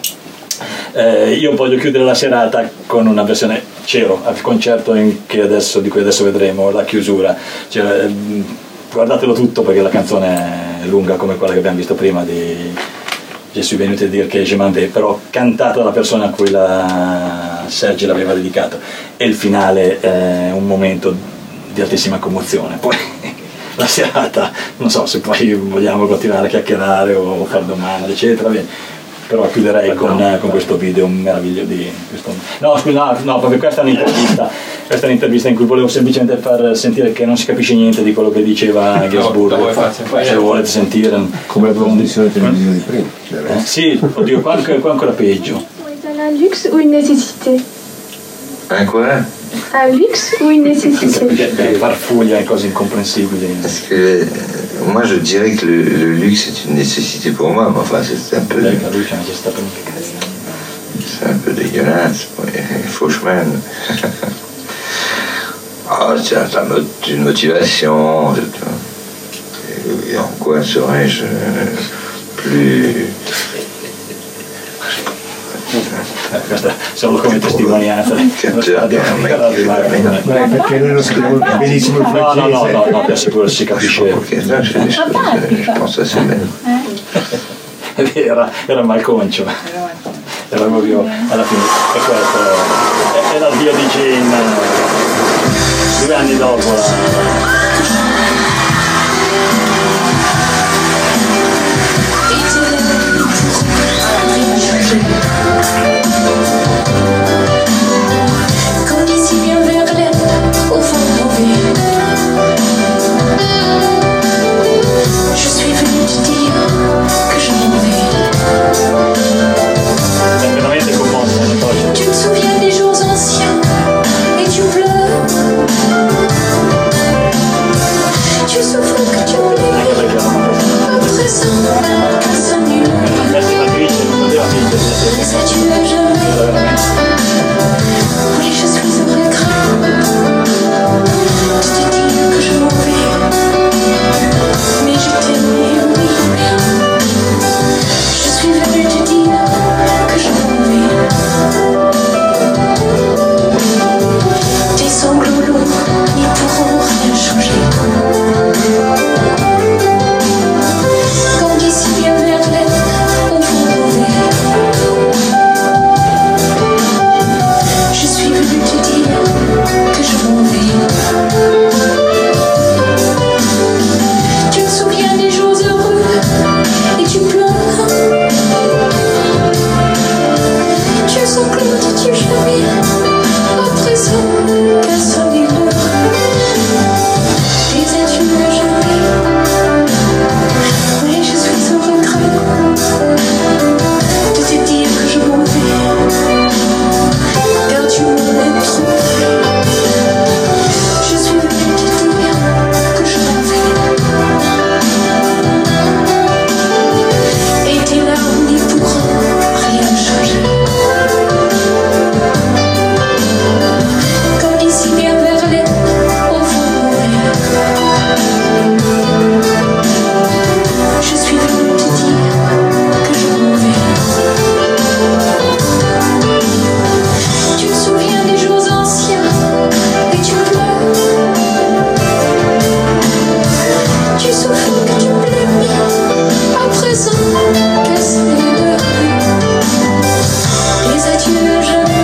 Eh, io voglio chiudere la serata con una versione, c'ero al concerto in che adesso, di cui adesso vedremo la chiusura, cioè, guardatelo tutto perché la canzone è lunga come quella che abbiamo visto prima di Je suis venu te dire che je m'en vais, però cantata dalla persona a cui la Sergi l'aveva dedicato, e il finale è un momento di altissima commozione. Poi la serata, non so se poi vogliamo continuare a chiacchierare o fare domande eccetera, bene. Però chiuderei con, con questo video meraviglioso di questo... No, scusa, no, no, proprio questa è un'intervista, questa è un'intervista in cui volevo semplicemente far sentire che non si capisce niente di quello che diceva Gainsbourg. Se lo volete sentire. Come la trasmissione televisiva di prima. Eh? Sì, oddio, qua, qua ancora peggio. Un luxe ou une nécessité? Un quoi? Un luxe ou une nécessité? Beh, farfuglia e cose incomprensibili. Parce que moi je dirais que le, le luxe est une nécessité pour moi, mais enfin c'est un peu... C'est un peu dégueulasse, Fauchman. Ah, c'est une motivation. Et en quoi serais-je plus... Questa solo come testimonianza. Perché noi non scriviamo benissimo il francese. No, no, no, no, ti assicuro si capisce. Era, era malconcio. Era proprio alla fine. E questo era il via di Jane due anni dopo la. Tu te souviens des jours anciens et tu pleures. Tu souffres que tu oublies. que tu plais bien. À présent, qu'est-ce que le les adieux jamais.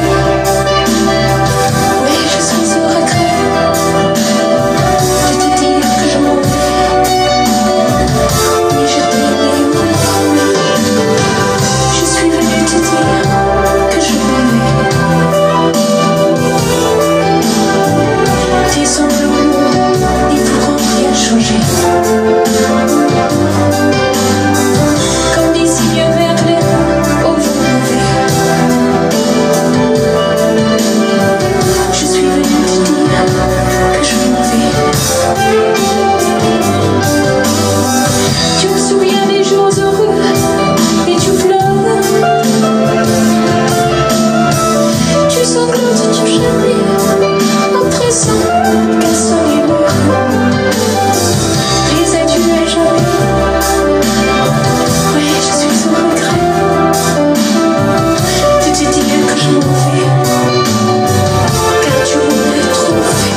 Oui, je suis au regret de te dire que je m'en vais. Mais je t'aimais, oui, oui. Je suis venue te dire que je m'en vais. Tes sanglots n'y pourront rien changer. Comme des cygnes verts au vent mauvais. Je suis venue te dire que je m'en vais. Tu me souviens des jours heureux et tu pleures. Tu sanglotes, tu gémis en pressant qu'elles sont les leurs. Les adieux et jamais. Oui, je suis au regret de te dire que je m'en vais. Car tu m'aurais trop fait.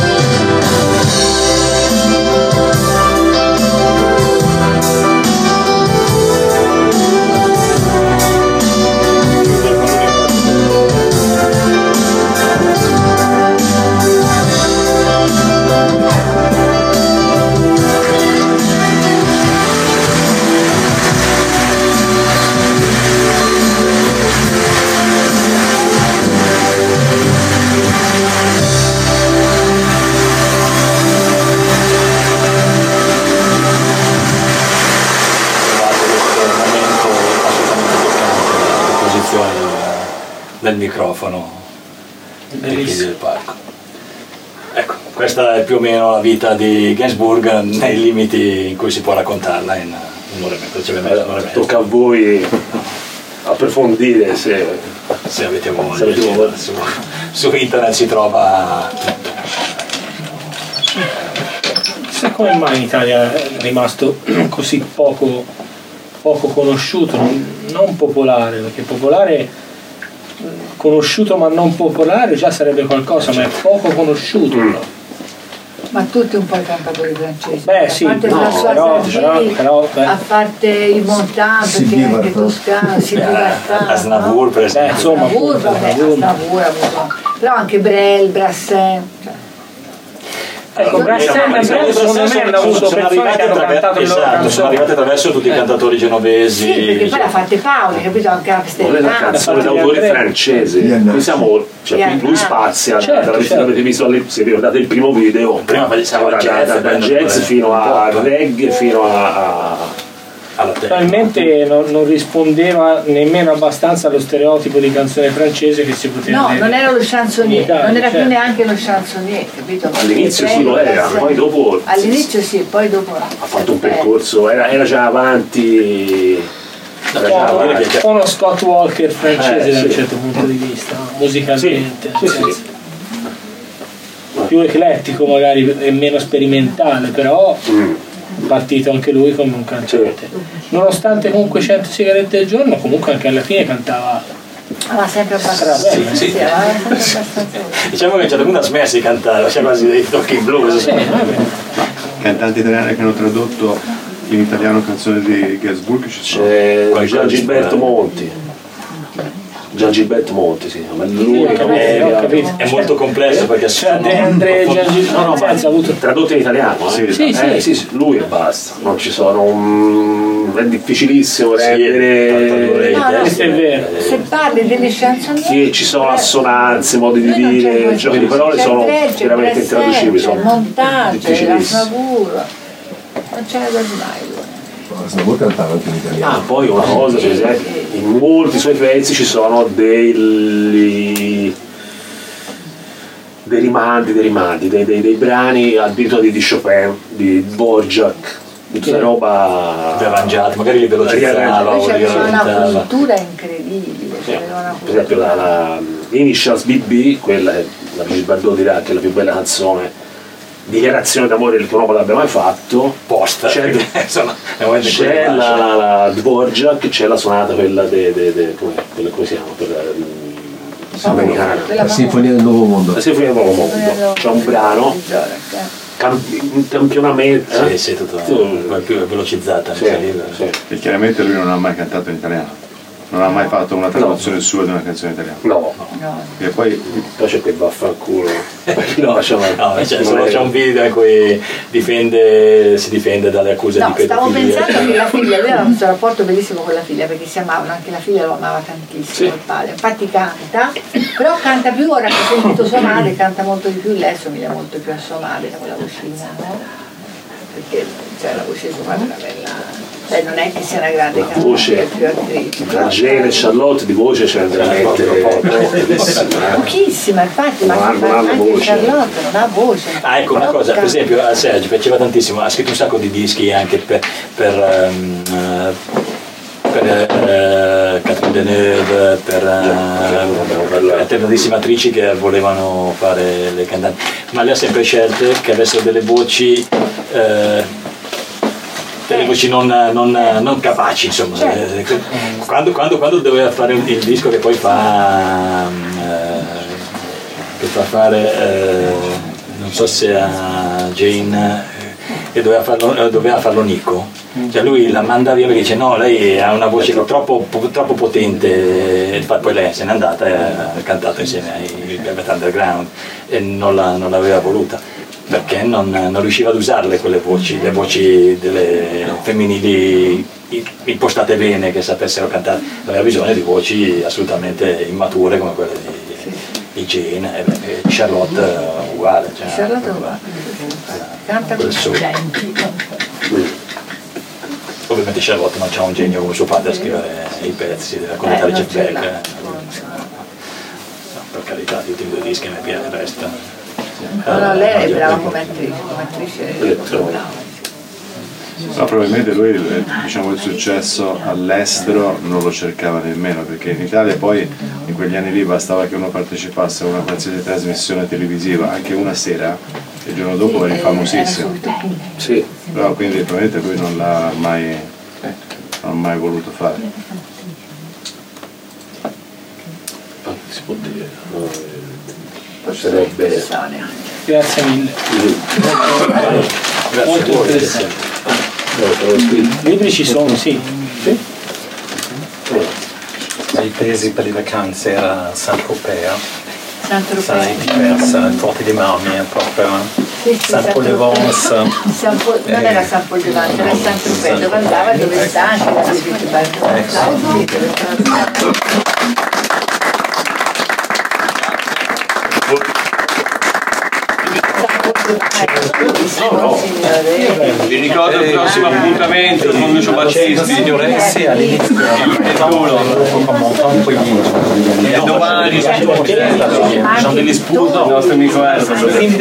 Del microfono ai piedi del palco. Ecco, questa è più o meno la vita di Gainsbourg nei limiti in cui si può raccontarla in un'ora e mezza. Cioè, un'ora e mezza. Tocca a voi approfondire se, se avete voglia. Se avete voglia. Su, su internet si trova tutto. Chissà come mai in Italia è rimasto così poco, poco conosciuto, non, non popolare, perché popolare, conosciuto ma non popolare già sarebbe qualcosa, ma è poco conosciuto. Mm. Ma tutti un po' i cantatori francesi. Beh sì, a parte no, François però, Sargé, però, però beh. a parte il Montan, perché anche Toscano, Sylvie Vartan, Aznavour per esempio. Beh, insomma, Aznavour, vabbè, Aznavour ha avuto, però anche Brel, Brassens. Cioè. Ecco, Brassens e Brel secondo me hanno avuto persone che hanno cantato le loro canzoni. Sono arrivati attraverso tutti i cantatori genovesi. Sì, perché poi l'ha fatte Paoli, capito? Anche Amsterdam. Non è una canzone d'autori francese. Noi siamo, cioè, lui spazia certo, dalla certo. avete visto, se vi ricordate il primo video, prima facciamo da, jazz, da, da jazz fino a reggae fino a, a probabilmente non, non rispondeva nemmeno abbastanza allo stereotipo di canzone francese che si poteva no, vedere. non era lo chansonnier, Italia, non era certo. più neanche lo chansonnier, capito? All'inizio sì lo era, poi dopo all'inizio sì, poi dopo ha fatto un percorso, era, era già avanti, era già avanti. Un po' uno Scott Walker francese eh, da un sì. certo punto di vista, no? Musicalmente, sì, sì, sì. più eclettico magari e meno sperimentale, però mm. partito anche lui come un cantante. Sì. Nonostante comunque cento sigarette al giorno, comunque anche alla fine cantava. Ah, sempre abbastanza. Sì, sì, sì. Sì, diciamo che a un certo punto ha smesso di cantare, c'è quasi dei tocchi blues. Sì, cantanti italiani che hanno tradotto in italiano canzoni di Gainsbourg ci sono. C'è Gian Gilberto Monti. Gian Gilberto Monti, sì. Ma lui sì, è, è, è molto complesso perché c'è De André Gian Gilberto no, no, ma ha avuto tradotto in italiano, eh? Sì, sì, eh, sì. sì, lui e basta. Non ci sono un... è difficilissimo rendere. No, no, questo è vero. Se parli delle chansonnier, sì, ci sono assonanze, modi di dire, giochi di parole sono veramente intraducibili. C'è il montaggio, la Aznavour, non ce n'è da mai. Aznavour cantava anche in italiano. Ah, poi una cosa, per esempio, in molti suoi pezzi ci sono dei, dei rimandi, dei rimandi, dei, dei, dei brani addirittura di, di Chopin, di Dvorak, di tutta roba arrangiata, magari li velocizzava o c'è una cultura incredibile. Sì. Una per esempio la, la Initials B B, quella è la Brigitte Bardot dirà che è la più bella canzone, dichiarazione d'amore che un uomo l'abbia mai fatto. Posta c'è, insomma, c'è la, la, la Dvorak, c'è la sonata quella de, de, de, come, quella, come si chiama quella, americana, la Sinfonia del Nuovo Mondo. La Sinfonia del Nuovo Mondo, c'è un brano campionamento. Sì, sì, tutto poi più velocizzata. Sì, sì. E chiaramente lui non ha mai cantato in italiano. Non ha mai fatto una traduzione sua di una canzone italiana. No. no. E poi. Poi c'è quel vaffanculo. no, c'è, no, c'è, solo c'è un video in cui difende, si difende dalle accuse no, di pedofilia. Stavo pensando che la figlia, lui aveva questo rapporto bellissimo con la figlia, perché si amavano, anche la figlia lo amava tantissimo, sì. Il padre. Infatti canta, però canta più, ora che ho sentito sua madre, canta molto di più, lei somiglia molto più a sua madre con la vocina, no? Perché cioè, la voce di sua madre era bella. Cioè non è che sia una grande la canzone, voce, più attrice. Tra Jane e Charlotte di voce c'è veramente pochissima, infatti, ma non ha anche voce. Charlotte non ha voce. Ah, ecco una cosa, per esempio a Serge piaceva tantissimo, ha scritto un sacco di dischi anche per, per, um, uh, per uh, Catherine Deneuve, per uh, tantissime attrici che volevano fare le cantanti, ma le ha sempre scelte che avessero delle voci uh, delle voci non, non, non capaci, insomma. Certo. Quando, quando, quando doveva fare il disco che poi fa eh, che fa fare eh, non so se a Jane e doveva farlo, doveva farlo Nico, cioè lui la manda via perché dice no, lei ha una voce troppo, troppo potente, e poi lei se n'è andata e ha cantato insieme ai Velvet Underground e non, la, non l'aveva voluta perché non, non riusciva ad usarle quelle voci, le voci delle femminili impostate bene, che sapessero cantare, aveva bisogno di voci assolutamente immature come quelle di, di Jane e, e Charlotte uh, uguale. Cioè, Charlotte uguale, canta con ovviamente Charlotte non c'ha un genio come suo padre a scrivere i pezzi, deve raccontare eh, Jeff Beck. No, per carità, di tutti i due dischi mi piace, resta. No, no, lei è brava come attrice, come attrice no, probabilmente lui diciamo, il successo all'estero non lo cercava nemmeno, perché in Italia poi in quegli anni lì bastava che uno partecipasse a una qualsiasi trasmissione televisiva, anche una sera, e il giorno dopo eri famosissimo. Sì. Però quindi probabilmente lui non l'ha mai, non ha mai voluto fare. Si può dire, no? Sarebbe... Grazie mille. Molto interessante. I libri ci sono, sì. sì. I paesi per le vacanze era Saint-Tropez. Saint-Tropez. Sai, diversa, Forte dei Marmi, proprio. Sì, sì, Saint-Paul-de-Vence. Non era Saint-Paul-de-Vence, era Saint-Tropez, dove andava, dove sta anche la visita. No, no. Vi ricordo il prossimo appuntamento con Lucio Battisti. Signoressi all'inizio e domani sono degli spunti il nostro amico Erzo.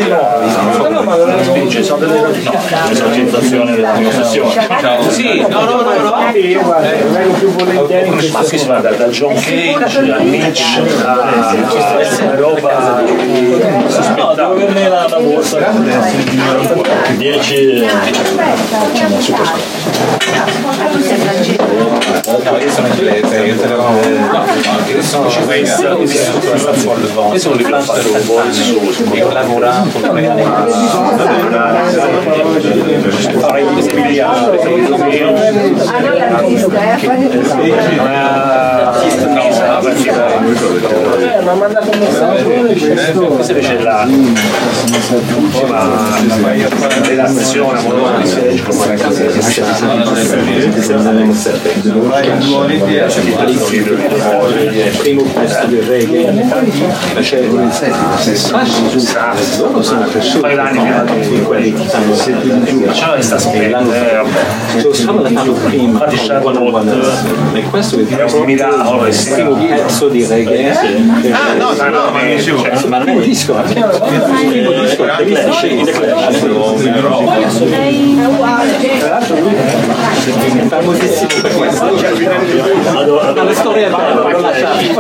Ci sono delle esorcizzazioni della mia sessione. Sì, no, no, no, no. Vengo più volentieri in ma si va da John Cage a Nietzsche a roba no, devo averne la, la borsa dieci facciamo super no, io sono inglese, io te l'avevo io sono cinquanta io sono di io ho lavorato tre anni ma ha mandato un messaggio questa invece è la relazione amorosa il primo pezzo del reggae c'è il loro sono persone in quelli c'è sta spiegando infatti e questo è un miracolo il primo pezzo di reggae ah no no no ma non è un disco è il primo disco The Clash è famosissimo per questo ma la storia è bella non lasciate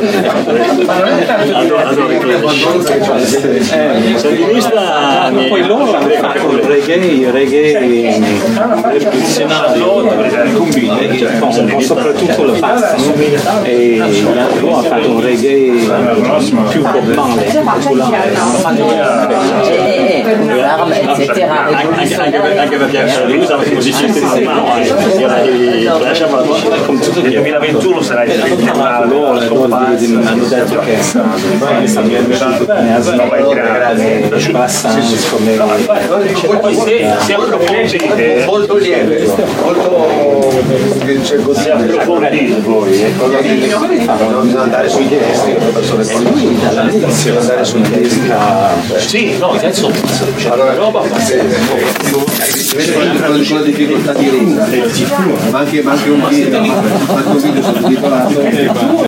poi loro hanno fatto il reggae reggae rivoluzionario soprattutto lo fanno e loro hanno fatto un reggae più popolare le armi, eccetera. Anche perché lui usa i musicisti di mano, nel duemilaventuno sarà il hanno detto che è stato abbastanza come si approfondite molto lieve, molto si approfondite voi non bisogna andare sui testi, le persone bisogna andare sui testi. Sì, no, adesso allora roba si vede con la difficoltà di resa, ma anche un video, anche un video sottotitolato